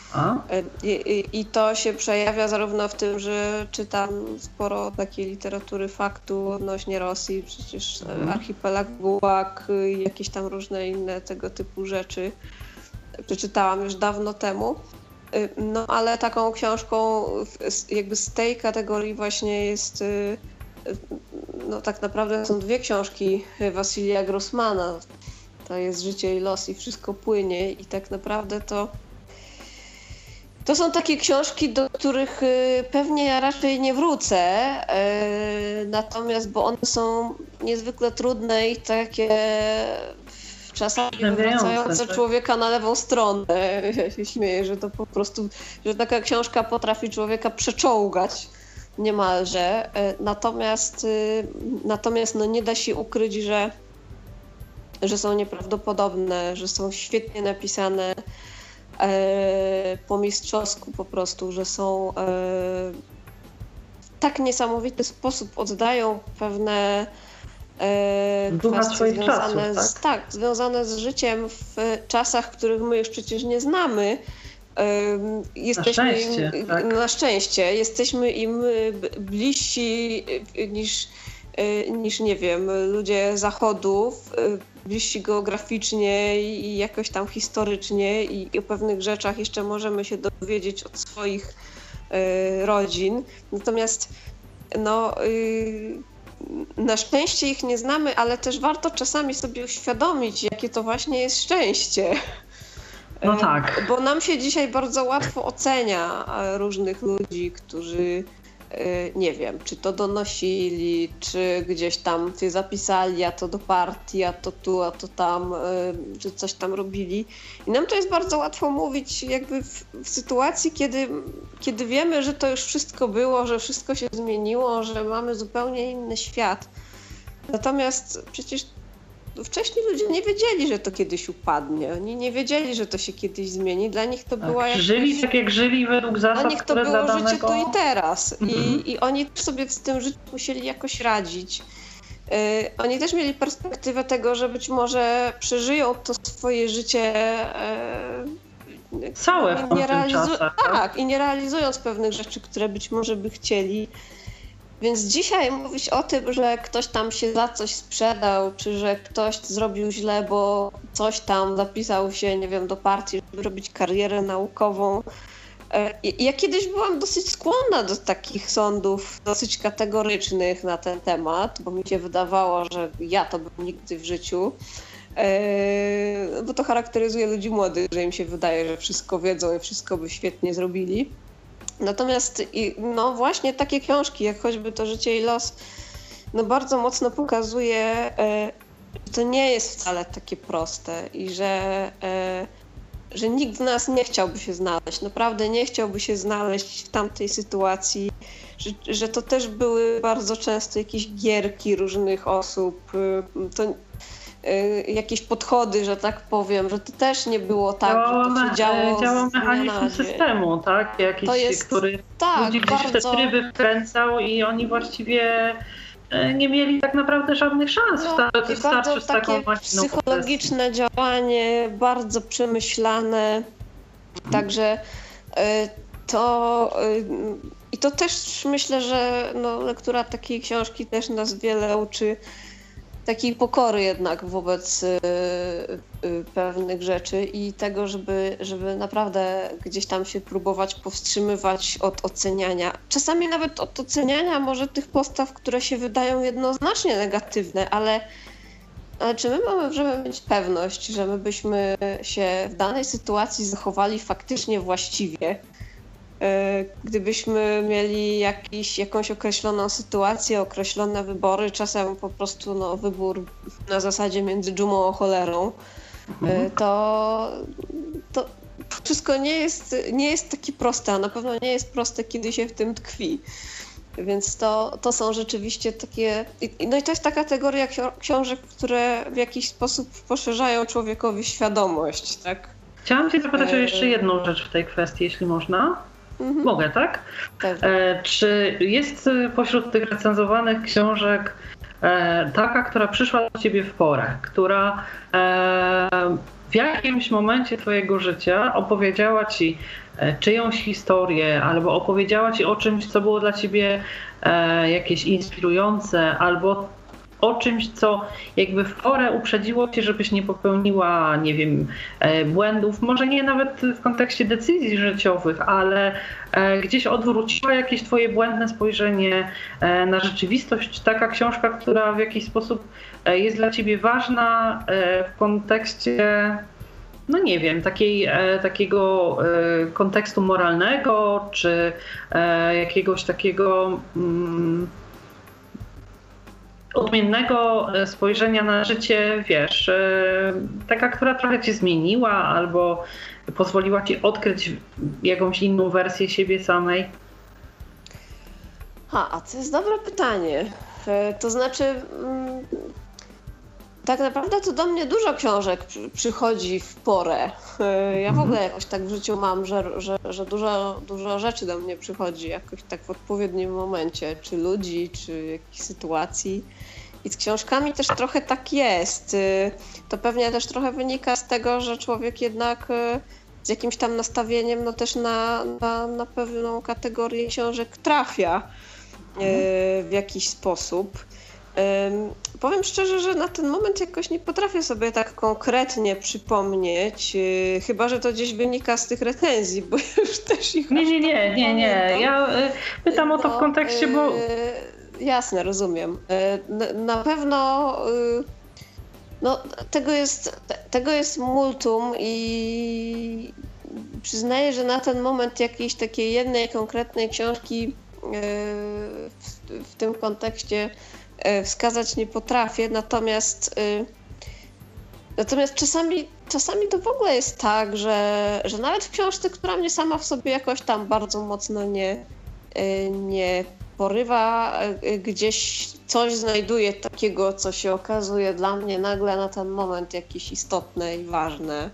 I to się przejawia zarówno w tym, że czytam sporo takiej literatury faktu odnośnie Rosji, przecież Archipelag Gułag i jakieś tam różne inne tego typu rzeczy przeczytałam już dawno temu. Ale taką książką jakby z tej kategorii właśnie jest tak naprawdę są dwie książki Wasilija Grossmana. To jest Życie i los i Wszystko płynie i tak naprawdę to są takie książki, do których pewnie ja raczej nie wrócę, natomiast bo one są niezwykle trudne i takie czasami wracające człowieka na lewą stronę. Ja się śmieję, że to po prostu, że taka książka potrafi człowieka przeczołgać niemalże. Natomiast nie da się ukryć, że że są nieprawdopodobne, że są świetnie napisane po mistrzowsku po prostu, że są w tak niesamowity sposób oddają pewne kwestie związane czasów, tak? Związane z życiem w czasach, których my już przecież nie znamy. Na szczęście jesteśmy im bliżsi niż nie wiem, ludzie zachodu, bliżsi geograficznie i jakoś tam historycznie i o pewnych rzeczach jeszcze możemy się dowiedzieć od swoich rodzin. Natomiast na szczęście ich nie znamy, ale też warto czasami sobie uświadomić, jakie to właśnie jest szczęście. No tak. Bo nam się dzisiaj bardzo łatwo ocenia różnych ludzi, którzy nie wiem, czy to donosili, czy gdzieś tam się zapisali, a to do partii, a to tu, a to tam, czy coś tam robili. I nam to jest bardzo łatwo mówić jakby w sytuacji, kiedy wiemy, że to już wszystko było, że wszystko się zmieniło, że mamy zupełnie inny świat. Natomiast przecież wcześniej ludzie nie wiedzieli, że to kiedyś upadnie. Oni nie wiedzieli, że to się kiedyś zmieni. Dla nich to była jakaś... Żyli tak, jak żyli według zasad, dla nich to które było dla życie tu i teraz. Mhm. I oni też sobie z tym życiem musieli jakoś radzić. Oni też mieli perspektywę tego, że być może przeżyją to swoje życie całe w tamtym czasach. Tak, i nie realizując pewnych rzeczy, które być może by chcieli. Więc dzisiaj mówić o tym, że ktoś tam się za coś sprzedał, czy że ktoś zrobił źle, bo coś tam zapisał się, nie wiem, do partii, żeby robić karierę naukową. Ja kiedyś byłam dosyć skłonna do takich sądów dosyć kategorycznych na ten temat, bo mi się wydawało, że ja to bym nigdy w życiu. Bo to charakteryzuje ludzi młodych, że im się wydaje, że wszystko wiedzą i wszystko by świetnie zrobili. Natomiast no właśnie takie książki, jak choćby To życie i los, no bardzo mocno pokazuje, że to nie jest wcale takie proste i że nikt z nas nie chciałby się znaleźć, naprawdę nie chciałby się znaleźć w tamtej sytuacji, że to też były bardzo często jakieś gierki różnych osób, jakieś podchody, że tak powiem, że to też nie było tak, że to się działo mechanizm systemu, tak? Jakiś, który ludzi gdzieś w te tryby wkręcał i oni właściwie nie mieli tak naprawdę żadnych szans w taką psychologiczne działanie, bardzo przemyślane. Także to też myślę, że lektura takiej książki też nas wiele uczy takiej pokory jednak wobec pewnych rzeczy i tego, żeby naprawdę gdzieś tam się próbować powstrzymywać od oceniania. Czasami nawet od oceniania może tych postaw, które się wydają jednoznacznie negatywne, ale czy my możemy mieć pewność, że my byśmy się w danej sytuacji zachowali faktycznie właściwie? Gdybyśmy mieli jakąś określoną sytuację, określone wybory, czasem po prostu wybór na zasadzie między dżumą a cholerą, to wszystko nie jest takie proste, a na pewno nie jest proste, kiedy się w tym tkwi. Więc to są rzeczywiście takie... No i to jest ta kategoria książek, które w jakiś sposób poszerzają człowiekowi świadomość, tak? Chciałam cię zapytać o jeszcze jedną rzecz w tej kwestii, jeśli można. Mogę, tak? Czy jest pośród tych recenzowanych książek taka, która przyszła do ciebie w porę, która w jakimś momencie twojego życia opowiedziała ci czyjąś historię, albo opowiedziała ci o czymś, co było dla ciebie jakieś inspirujące, albo o czymś, co jakby w porę uprzedziło cię, żebyś nie popełniła, nie wiem, błędów, może nie nawet w kontekście decyzji życiowych, ale gdzieś odwróciła jakieś twoje błędne spojrzenie na rzeczywistość. Taka książka, która w jakiś sposób jest dla ciebie ważna w kontekście, no nie wiem, takiego kontekstu moralnego, czy jakiegoś takiego odmiennego spojrzenia na życie, wiesz, taka, która trochę cię zmieniła albo pozwoliła ci odkryć jakąś inną wersję siebie samej? A to jest dobre pytanie. To znaczy, Tak naprawdę to do mnie dużo książek przychodzi w porę. Ja w ogóle jakoś tak w życiu mam, że dużo rzeczy do mnie przychodzi jakoś tak w odpowiednim momencie, czy ludzi, czy jakichś sytuacji. I z książkami też trochę tak jest. To pewnie też trochę wynika z tego, że człowiek jednak z jakimś tam nastawieniem no też na pewną kategorię książek trafia w jakiś sposób. Powiem szczerze, że na ten moment jakoś nie potrafię sobie tak konkretnie przypomnieć, chyba że to gdzieś wynika z tych recenzji, bo już też ich Nie. Ja pytam o to w kontekście, bo... Jasne, rozumiem. Na pewno no, tego jest multum i przyznaję, że na ten moment jakiejś takiej jednej konkretnej książki w tym kontekście wskazać nie potrafię, natomiast czasami to w ogóle jest tak, że nawet w książce, która mnie sama w sobie jakoś tam bardzo mocno nie porywa, gdzieś coś znajduję takiego, co się okazuje dla mnie nagle na ten moment jakieś istotne i ważne.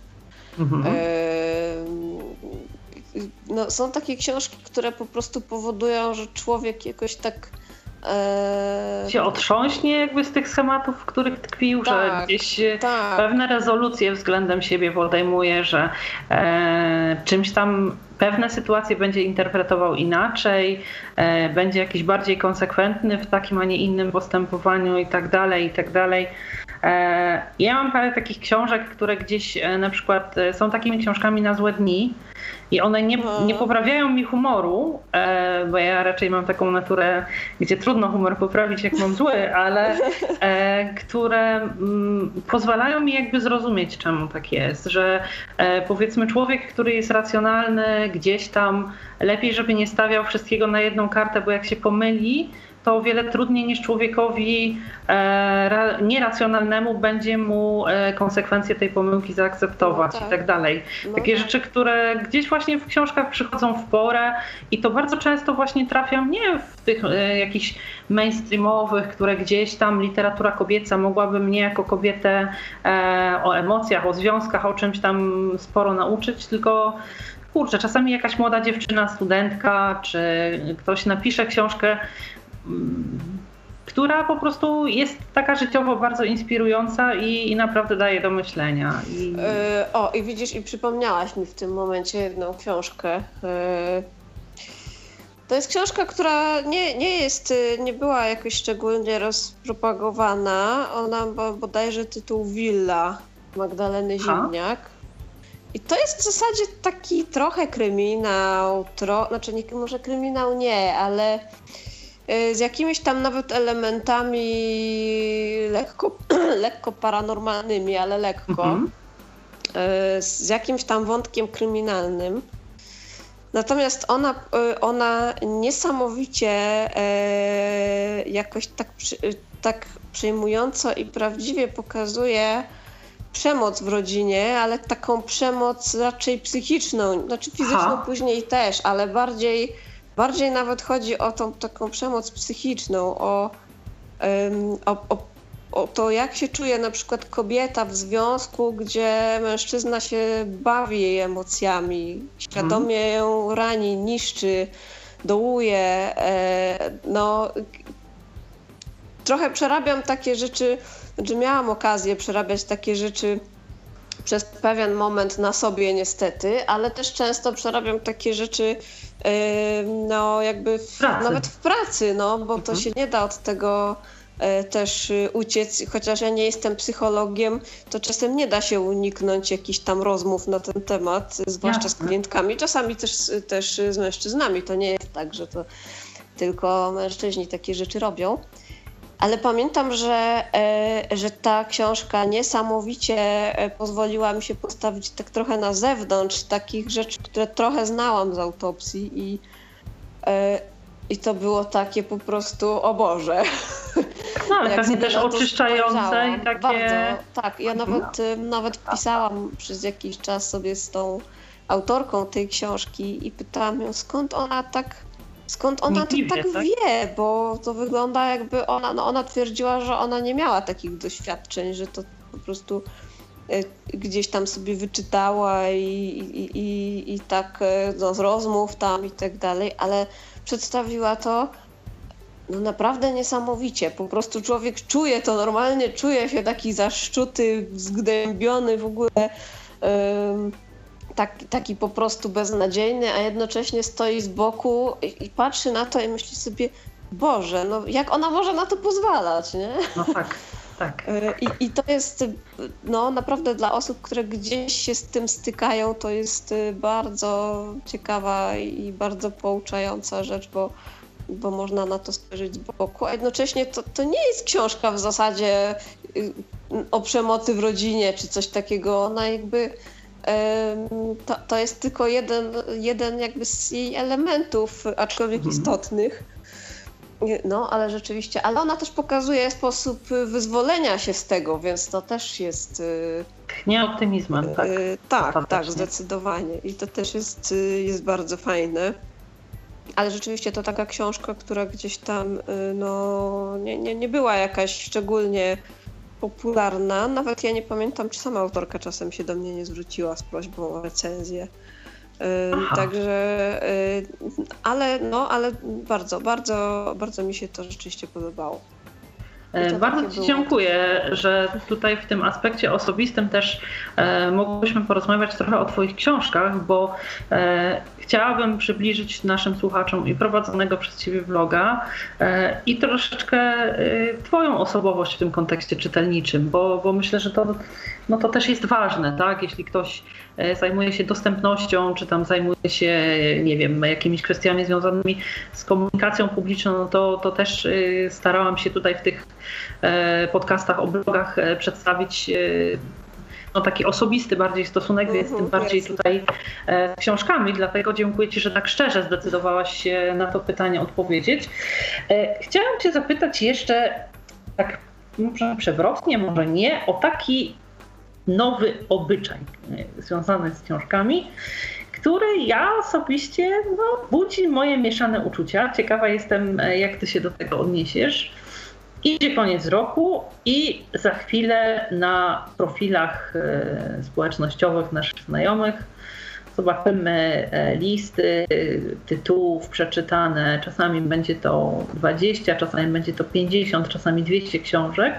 No, są takie książki, które po prostu powodują, że człowiek jakoś tak się otrząśnie jakby z tych schematów, w których tkwił, że gdzieś pewne rezolucje względem siebie podejmuje, że czymś tam pewne sytuacje będzie interpretował inaczej, będzie jakiś bardziej konsekwentny w takim, a nie innym postępowaniu i tak dalej. Ja mam parę takich książek, które gdzieś na przykład są takimi książkami na złe dni i one nie poprawiają mi humoru, bo ja raczej mam taką naturę, gdzie trudno humor poprawić, jak mam zły, ale które pozwalają mi jakby zrozumieć, czemu tak jest, że powiedzmy człowiek, który jest racjonalny gdzieś tam, lepiej, żeby nie stawiał wszystkiego na jedną kartę, bo jak się pomyli, to o wiele trudniej niż człowiekowi nieracjonalnemu będzie mu konsekwencje tej pomyłki zaakceptować i tak dalej. Takie rzeczy, które gdzieś właśnie w książkach przychodzą w porę i to bardzo często właśnie trafiam nie w tych jakichś mainstreamowych, które gdzieś tam literatura kobieca mogłaby mnie jako kobietę o emocjach, o związkach, o czymś tam sporo nauczyć, tylko kurczę, czasami jakaś młoda dziewczyna, studentka, czy ktoś napisze książkę, która po prostu jest taka życiowo bardzo inspirująca i naprawdę daje do myślenia. I widzisz, i przypomniałaś mi w tym momencie jedną książkę. To jest książka, która nie była jakoś szczególnie rozpropagowana. Ona ma bodajże tytuł Willa Magdaleny Ziemniak. I to jest w zasadzie taki trochę kryminał, może kryminał nie, ale z jakimiś tam nawet elementami lekko paranormalnymi, ale lekko. Z jakimś tam wątkiem kryminalnym. Natomiast ona niesamowicie jakoś tak przejmująco i prawdziwie pokazuje przemoc w rodzinie, ale taką przemoc raczej psychiczną, znaczy fizyczną później też, ale bardziej nawet chodzi o tą taką przemoc psychiczną, o to, jak się czuje na przykład kobieta w związku, gdzie mężczyzna się bawi jej emocjami, świadomie ją rani, niszczy, dołuje. No, trochę przerabiam takie rzeczy, znaczy miałam okazję przerabiać takie rzeczy przez pewien moment na sobie niestety, ale też często przerabiam takie rzeczy no jakby nawet w pracy, no bo to się nie da od tego też uciec, chociaż ja nie jestem psychologiem, to czasem nie da się uniknąć jakichś tam rozmów na ten temat, zwłaszcza z klientkami, czasami też z mężczyznami, to nie jest tak, że to tylko mężczyźni takie rzeczy robią. Ale pamiętam, że ta książka niesamowicie pozwoliła mi się postawić tak trochę na zewnątrz takich rzeczy, które trochę znałam z autopsji i to było takie po prostu, o Boże. No ale pewnie też oczyszczające i takie... Bardzo, tak. Ja nawet pisałam przez jakiś czas sobie z tą autorką tej książki i pytałam ją, skąd ona tak skąd ona to tak wie, bo to wygląda jakby ona twierdziła, że ona nie miała takich doświadczeń, że to po prostu gdzieś tam sobie wyczytała i tak z rozmów tam i tak dalej, ale przedstawiła to naprawdę niesamowicie. Po prostu człowiek czuje to normalnie, czuje się taki zaszczuty, zgnębiony w ogóle, taki po prostu beznadziejny, a jednocześnie stoi z boku i patrzy na to i myśli sobie, Boże, jak ona może na to pozwalać, nie? No tak. Tak. I to jest naprawdę dla osób, które gdzieś się z tym stykają, to jest bardzo ciekawa i bardzo pouczająca rzecz, bo można na to spojrzeć z boku, a jednocześnie to nie jest książka w zasadzie o przemocy w rodzinie czy coś takiego. Ona jakby to jest tylko jeden jakby z jej elementów, aczkolwiek istotnych. Ale rzeczywiście, ale ona też pokazuje sposób wyzwolenia się z tego, więc to też jest... Nie optymizmem, tak? Tak, zdecydowanie. I to też jest bardzo fajne. Ale rzeczywiście to taka książka, która gdzieś tam nie była jakaś szczególnie popularna. Nawet ja nie pamiętam, czy sama autorka czasem się do mnie nie zwróciła z prośbą o recenzję. Także, ale bardzo, bardzo, bardzo mi się to rzeczywiście podobało. Bardzo Ci dziękuję, że tutaj w tym aspekcie osobistym też mogłyśmy porozmawiać trochę o Twoich książkach, bo chciałabym przybliżyć naszym słuchaczom i prowadzonego przez Ciebie vloga i troszeczkę Twoją osobowość w tym kontekście czytelniczym, bo myślę, że to też jest ważne, tak? Jeśli ktoś zajmuje się dostępnością, czy tam zajmuje się, nie wiem, jakimiś kwestiami związanymi z komunikacją publiczną, to też starałam się tutaj w tych podcastach o blogach przedstawić taki osobisty bardziej stosunek, więc tym bardziej tutaj z książkami, dlatego dziękuję Ci, że tak szczerze zdecydowałaś się na to pytanie odpowiedzieć. Chciałam Cię zapytać jeszcze, tak może przewrotnie, może nie, o taki nowy obyczaj związany z książkami, który ja osobiście budzi moje mieszane uczucia. Ciekawa jestem, jak Ty się do tego odniesiesz. Idzie koniec roku i za chwilę na profilach społecznościowych naszych znajomych zobaczymy listy tytułów przeczytane. Czasami będzie to 20, czasami będzie to 50, czasami 200 książek.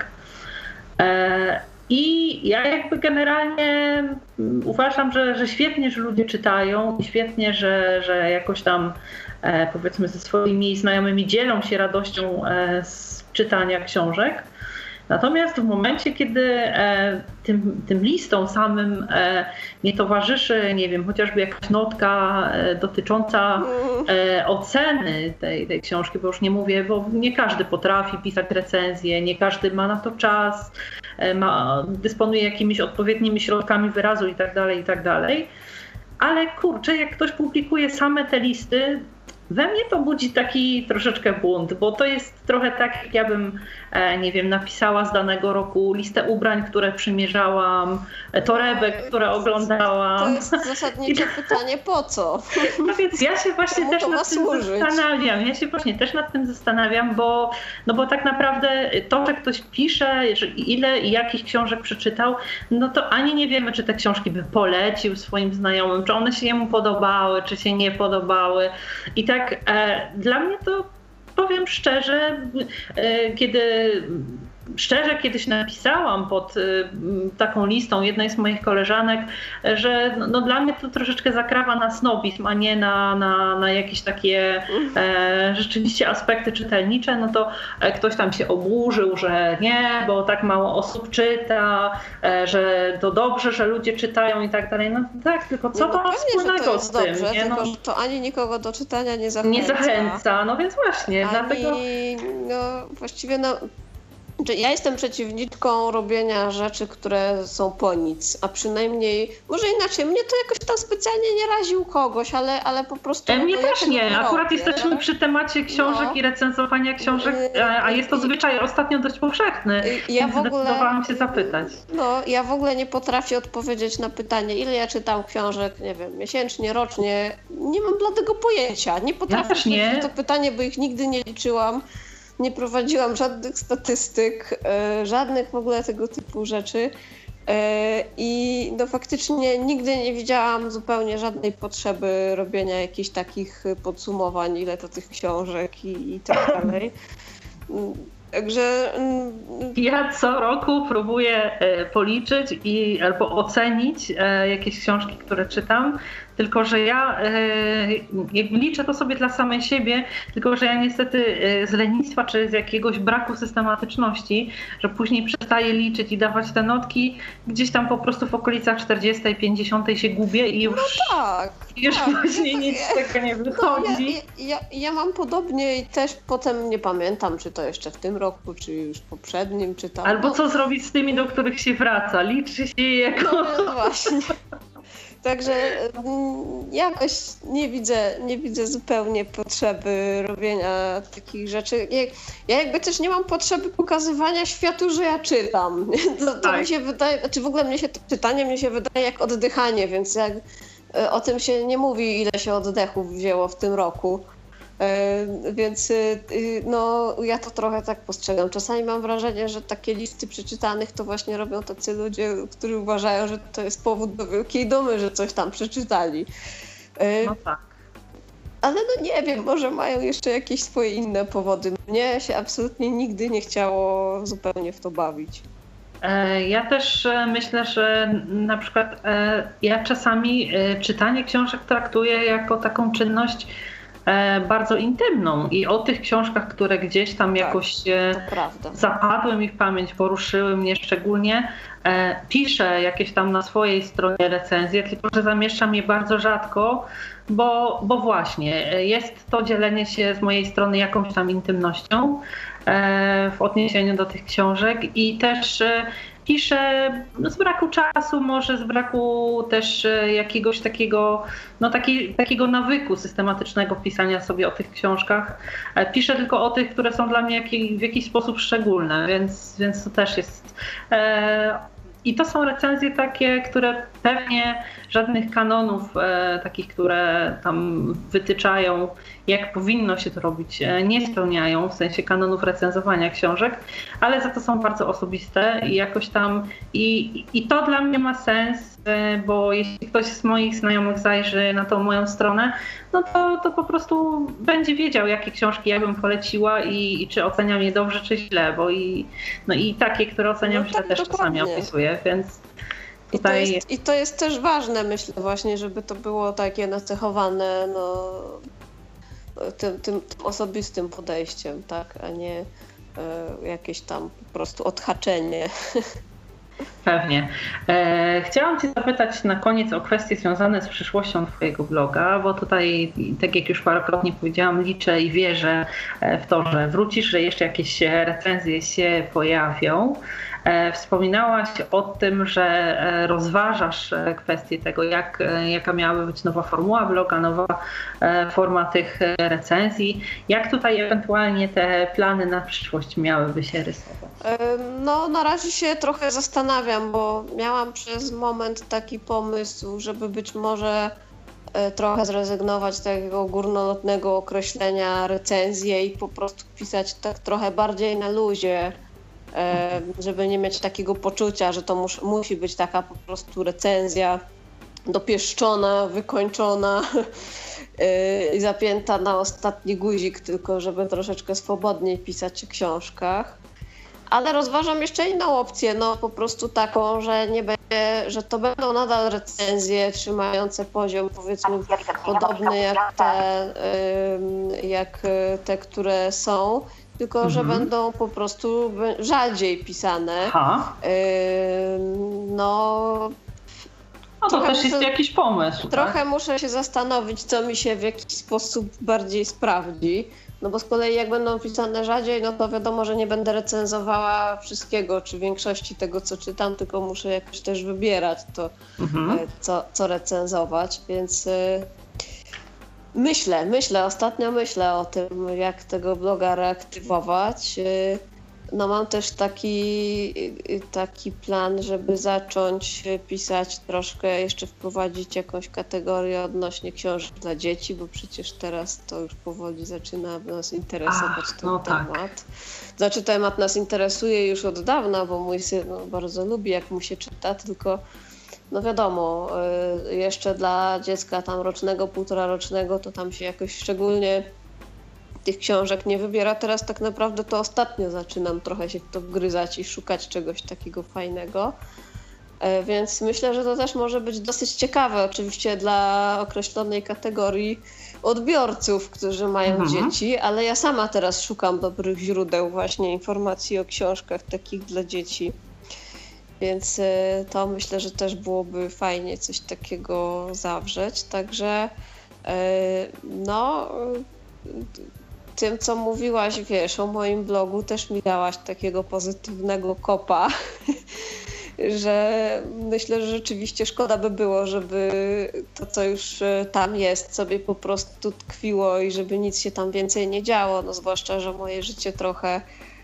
I ja jakby generalnie uważam, że świetnie, że ludzie czytają i świetnie, że jakoś tam powiedzmy ze swoimi znajomymi dzielą się radością z czytania książek. Natomiast w momencie, kiedy tym listom samym nie towarzyszy, nie wiem, chociażby jakaś notka dotycząca oceny tej książki, bo już nie mówię, bo nie każdy potrafi pisać recenzję, nie każdy ma na to czas, dysponuje jakimiś odpowiednimi środkami wyrazu i tak dalej. Ale kurczę, jak ktoś publikuje same te listy, we mnie to budzi taki troszeczkę bunt, bo to jest trochę tak, jak ja bym, nie wiem, napisała z danego roku listę ubrań, które przymierzałam, torebek, które oglądałam. To jest zasadnicze pytanie, po co? No więc ja się właśnie też nad tym zastanawiam. Bo tak naprawdę to, że ktoś pisze, że ile i jakich książek przeczytał, no to ani nie wiemy, czy te książki by polecił swoim znajomym, czy one się jemu podobały, czy się nie podobały. I tak dla mnie to, powiem szczerze, kiedyś napisałam pod taką listą jednej z moich koleżanek, że dla mnie to troszeczkę zakrawa na snobizm, a nie na jakieś takie rzeczywiście aspekty czytelnicze, no to ktoś tam się oburzył, że nie, bo tak mało osób czyta, że to dobrze, że ludzie czytają i tak dalej. No tak, tylko co to ma wspólnego z tym? Dobrze, nie? Tylko, że to ani nikogo do czytania nie zachęca. Nie zachęca, no więc właśnie, dlatego... właściwie Ja jestem przeciwniczką robienia rzeczy, które są po nic, a przynajmniej, może inaczej, mnie to jakoś tam specjalnie nie razi u kogoś, ale po prostu... Mnie też nie, akurat jesteśmy przy temacie książek i recenzowania książek, a jest to zwyczaj ostatnio dość powszechny, więc zdecydowałam się zapytać. Ja w ogóle nie potrafię odpowiedzieć na pytanie, ile ja czytam książek, nie wiem, miesięcznie, rocznie, nie mam bladego pojęcia, nie potrafię odpowiedzieć na to pytanie, bo ich nigdy nie liczyłam. Nie prowadziłam żadnych statystyk, żadnych w ogóle tego typu rzeczy i faktycznie nigdy nie widziałam zupełnie żadnej potrzeby robienia jakichś takich podsumowań, ile to tych książek i tak dalej. Także... Ja co roku próbuję policzyć albo ocenić jakieś książki, które czytam, tylko że ja jakby liczę to sobie dla samej siebie, tylko że ja niestety z lenistwa czy z jakiegoś braku systematyczności, że później przestaję liczyć i dawać te notki, gdzieś tam po prostu w okolicach 40, 50 się gubię i już, później nic z tego nie wychodzi. Ja mam podobnie i też potem nie pamiętam, czy to jeszcze w tym roku, czy już poprzednim, czy tam. Albo co zrobić z tymi, do których się wraca, liczy się je jako... No właśnie. Także jakoś nie widzę zupełnie potrzeby robienia takich rzeczy. Ja jakby też nie mam potrzeby pokazywania światu, że ja czytam. To mi się wydaje, znaczy w ogóle czytanie mnie się wydaje jak oddychanie, więc jak o tym się nie mówi, ile się oddechów wzięło w tym roku. Więc ja to trochę tak postrzegam. Czasami mam wrażenie, że takie listy przeczytanych to właśnie robią tacy ludzie, którzy uważają, że to jest powód do wielkiej dumy, że coś tam przeczytali. No tak. Ale nie wiem, może mają jeszcze jakieś swoje inne powody. Mnie się absolutnie nigdy nie chciało zupełnie w to bawić. Ja też myślę, że na przykład ja czasami czytanie książek traktuję jako taką czynność bardzo intymną i o tych książkach, które gdzieś tam jakoś zapadły mi w pamięć, poruszyły mnie szczególnie, piszę jakieś tam na swojej stronie recenzje, tylko że zamieszczam je bardzo rzadko, bo właśnie jest to dzielenie się z mojej strony jakąś tam intymnością w odniesieniu do tych książek i też piszę z braku czasu, może z braku też jakiegoś takiego nawyku systematycznego pisania sobie o tych książkach. Piszę tylko o tych, które są dla mnie w jakiś sposób szczególne, więc to też jest... I to są recenzje takie, które pewnie żadnych kanonów takich, które tam wytyczają, jak powinno się to robić, nie spełniają, w sensie kanonów recenzowania książek, ale za to są bardzo osobiste i jakoś tam i to dla mnie ma sens, bo jeśli ktoś z moich znajomych zajrzy na tą moją stronę, no to po prostu będzie wiedział, jakie książki ja bym poleciła i czy oceniam je dobrze, czy źle, bo i takie, które oceniam źle, też czasami opisuję, więc tutaj... I to jest też ważne, myślę właśnie, żeby to było takie nacechowane tym osobistym podejściem, tak, a nie jakieś tam po prostu odhaczenie. Pewnie. Chciałam Cię zapytać na koniec o kwestie związane z przyszłością Twojego bloga, bo tutaj, tak jak już parokrotnie powiedziałam, liczę i wierzę w to, że wrócisz, że jeszcze jakieś recenzje się pojawią. Wspominałaś o tym, że rozważasz kwestię tego, jaka miałaby być nowa formuła bloga, nowa forma tych recenzji. Jak tutaj ewentualnie te plany na przyszłość miałyby się rysować? No, na razie się trochę zastanawiam, bo miałam przez moment taki pomysł, żeby być może trochę zrezygnować z takiego górnolotnego określenia recenzje i po prostu pisać tak trochę bardziej na luzie, żeby nie mieć takiego poczucia, że to musi być taka po prostu recenzja dopieszczona, wykończona i zapięta na ostatni guzik, tylko żeby troszeczkę swobodniej pisać o książkach. Ale rozważam jeszcze inną opcję, po prostu taką, że to będą nadal recenzje trzymające poziom, powiedzmy, podobny jak te, które są, tylko że będą po prostu rzadziej pisane. No to też jest jakiś pomysł. Trochę tak? muszę się zastanowić, co mi się w jakiś sposób bardziej sprawdzi. No bo z kolei jak będą pisane rzadziej, no to wiadomo, że nie będę recenzowała wszystkiego, czy większości tego, co czytam, tylko muszę jakoś też wybierać to, co recenzować, więc ostatnio myślę o tym, jak tego bloga reaktywować. No mam też taki plan, żeby zacząć pisać troszkę, jeszcze wprowadzić jakąś kategorię odnośnie książek dla dzieci, bo przecież teraz to już powoli zaczyna nas interesować ten temat. Tak. Znaczy temat nas interesuje już od dawna, bo mój syn bardzo lubi, jak mu się czyta, tylko no wiadomo, jeszcze dla dziecka tam rocznego, półtorarocznego, to tam się jakoś szczególnie tych książek nie wybiera. Teraz tak naprawdę to ostatnio zaczynam trochę się w to wgryzać i szukać czegoś takiego fajnego. Więc myślę, że to też może być dosyć ciekawe oczywiście dla określonej kategorii odbiorców, którzy mają dzieci, ale ja sama teraz szukam dobrych źródeł właśnie informacji o książkach takich dla dzieci. Więc to myślę, że też byłoby fajnie coś takiego zawrzeć. Także tym, co mówiłaś, wiesz, o moim blogu, też mi dałaś takiego pozytywnego kopa, że myślę, że rzeczywiście szkoda by było, żeby to, co już tam jest, sobie po prostu tkwiło i żeby nic się tam więcej nie działo, no zwłaszcza, że moje życie trochę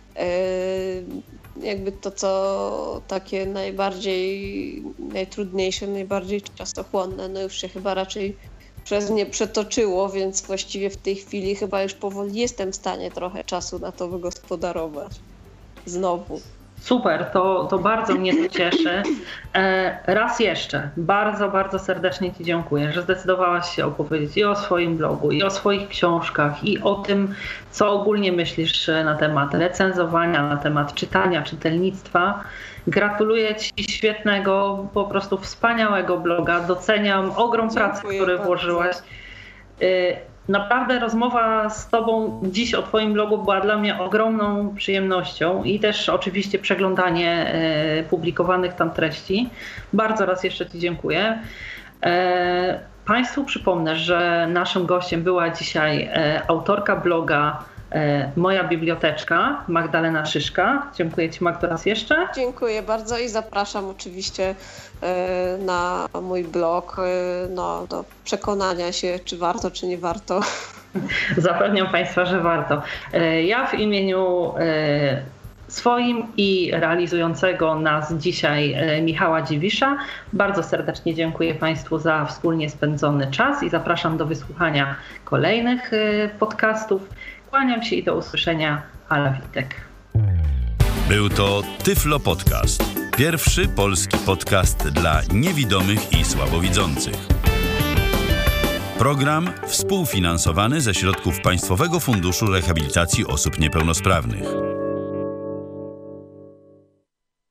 jakby to, co takie najtrudniejsze, najbardziej czasochłonne, no już się chyba raczej przez nie przetoczyło, więc właściwie w tej chwili chyba już powoli jestem w stanie trochę czasu na to wygospodarować. Znowu. Super, to bardzo mnie to cieszy. Raz jeszcze bardzo, bardzo serdecznie Ci dziękuję, że zdecydowałaś się opowiedzieć i o swoim blogu, i o swoich książkach, i o tym, co ogólnie myślisz na temat recenzowania, na temat czytania, czytelnictwa. Gratuluję Ci świetnego, po prostu wspaniałego bloga. Doceniam ogrom pracy, który włożyłaś. Naprawdę rozmowa z Tobą dziś o Twoim blogu była dla mnie ogromną przyjemnością i też oczywiście przeglądanie publikowanych tam treści. Bardzo raz jeszcze Ci dziękuję. Państwu przypomnę, że naszym gościem była dzisiaj autorka bloga Moja Biblioteczka, Magdalena Szyszka. Dziękuję Ci, Magdo, raz jeszcze. Dziękuję bardzo i zapraszam oczywiście na mój blog do przekonania się, czy warto, czy nie warto. Zapewniam Państwa, że warto. Ja w imieniu swoim i realizującego nas dzisiaj Michała Dziwisza bardzo serdecznie dziękuję Państwu za wspólnie spędzony czas i zapraszam do wysłuchania kolejnych podcastów. Kłaniam się i do usłyszenia. Ala Witek. Był to Tyflo Podcast. Pierwszy polski podcast dla niewidomych i słabowidzących. Program współfinansowany ze środków Państwowego Funduszu Rehabilitacji Osób Niepełnosprawnych.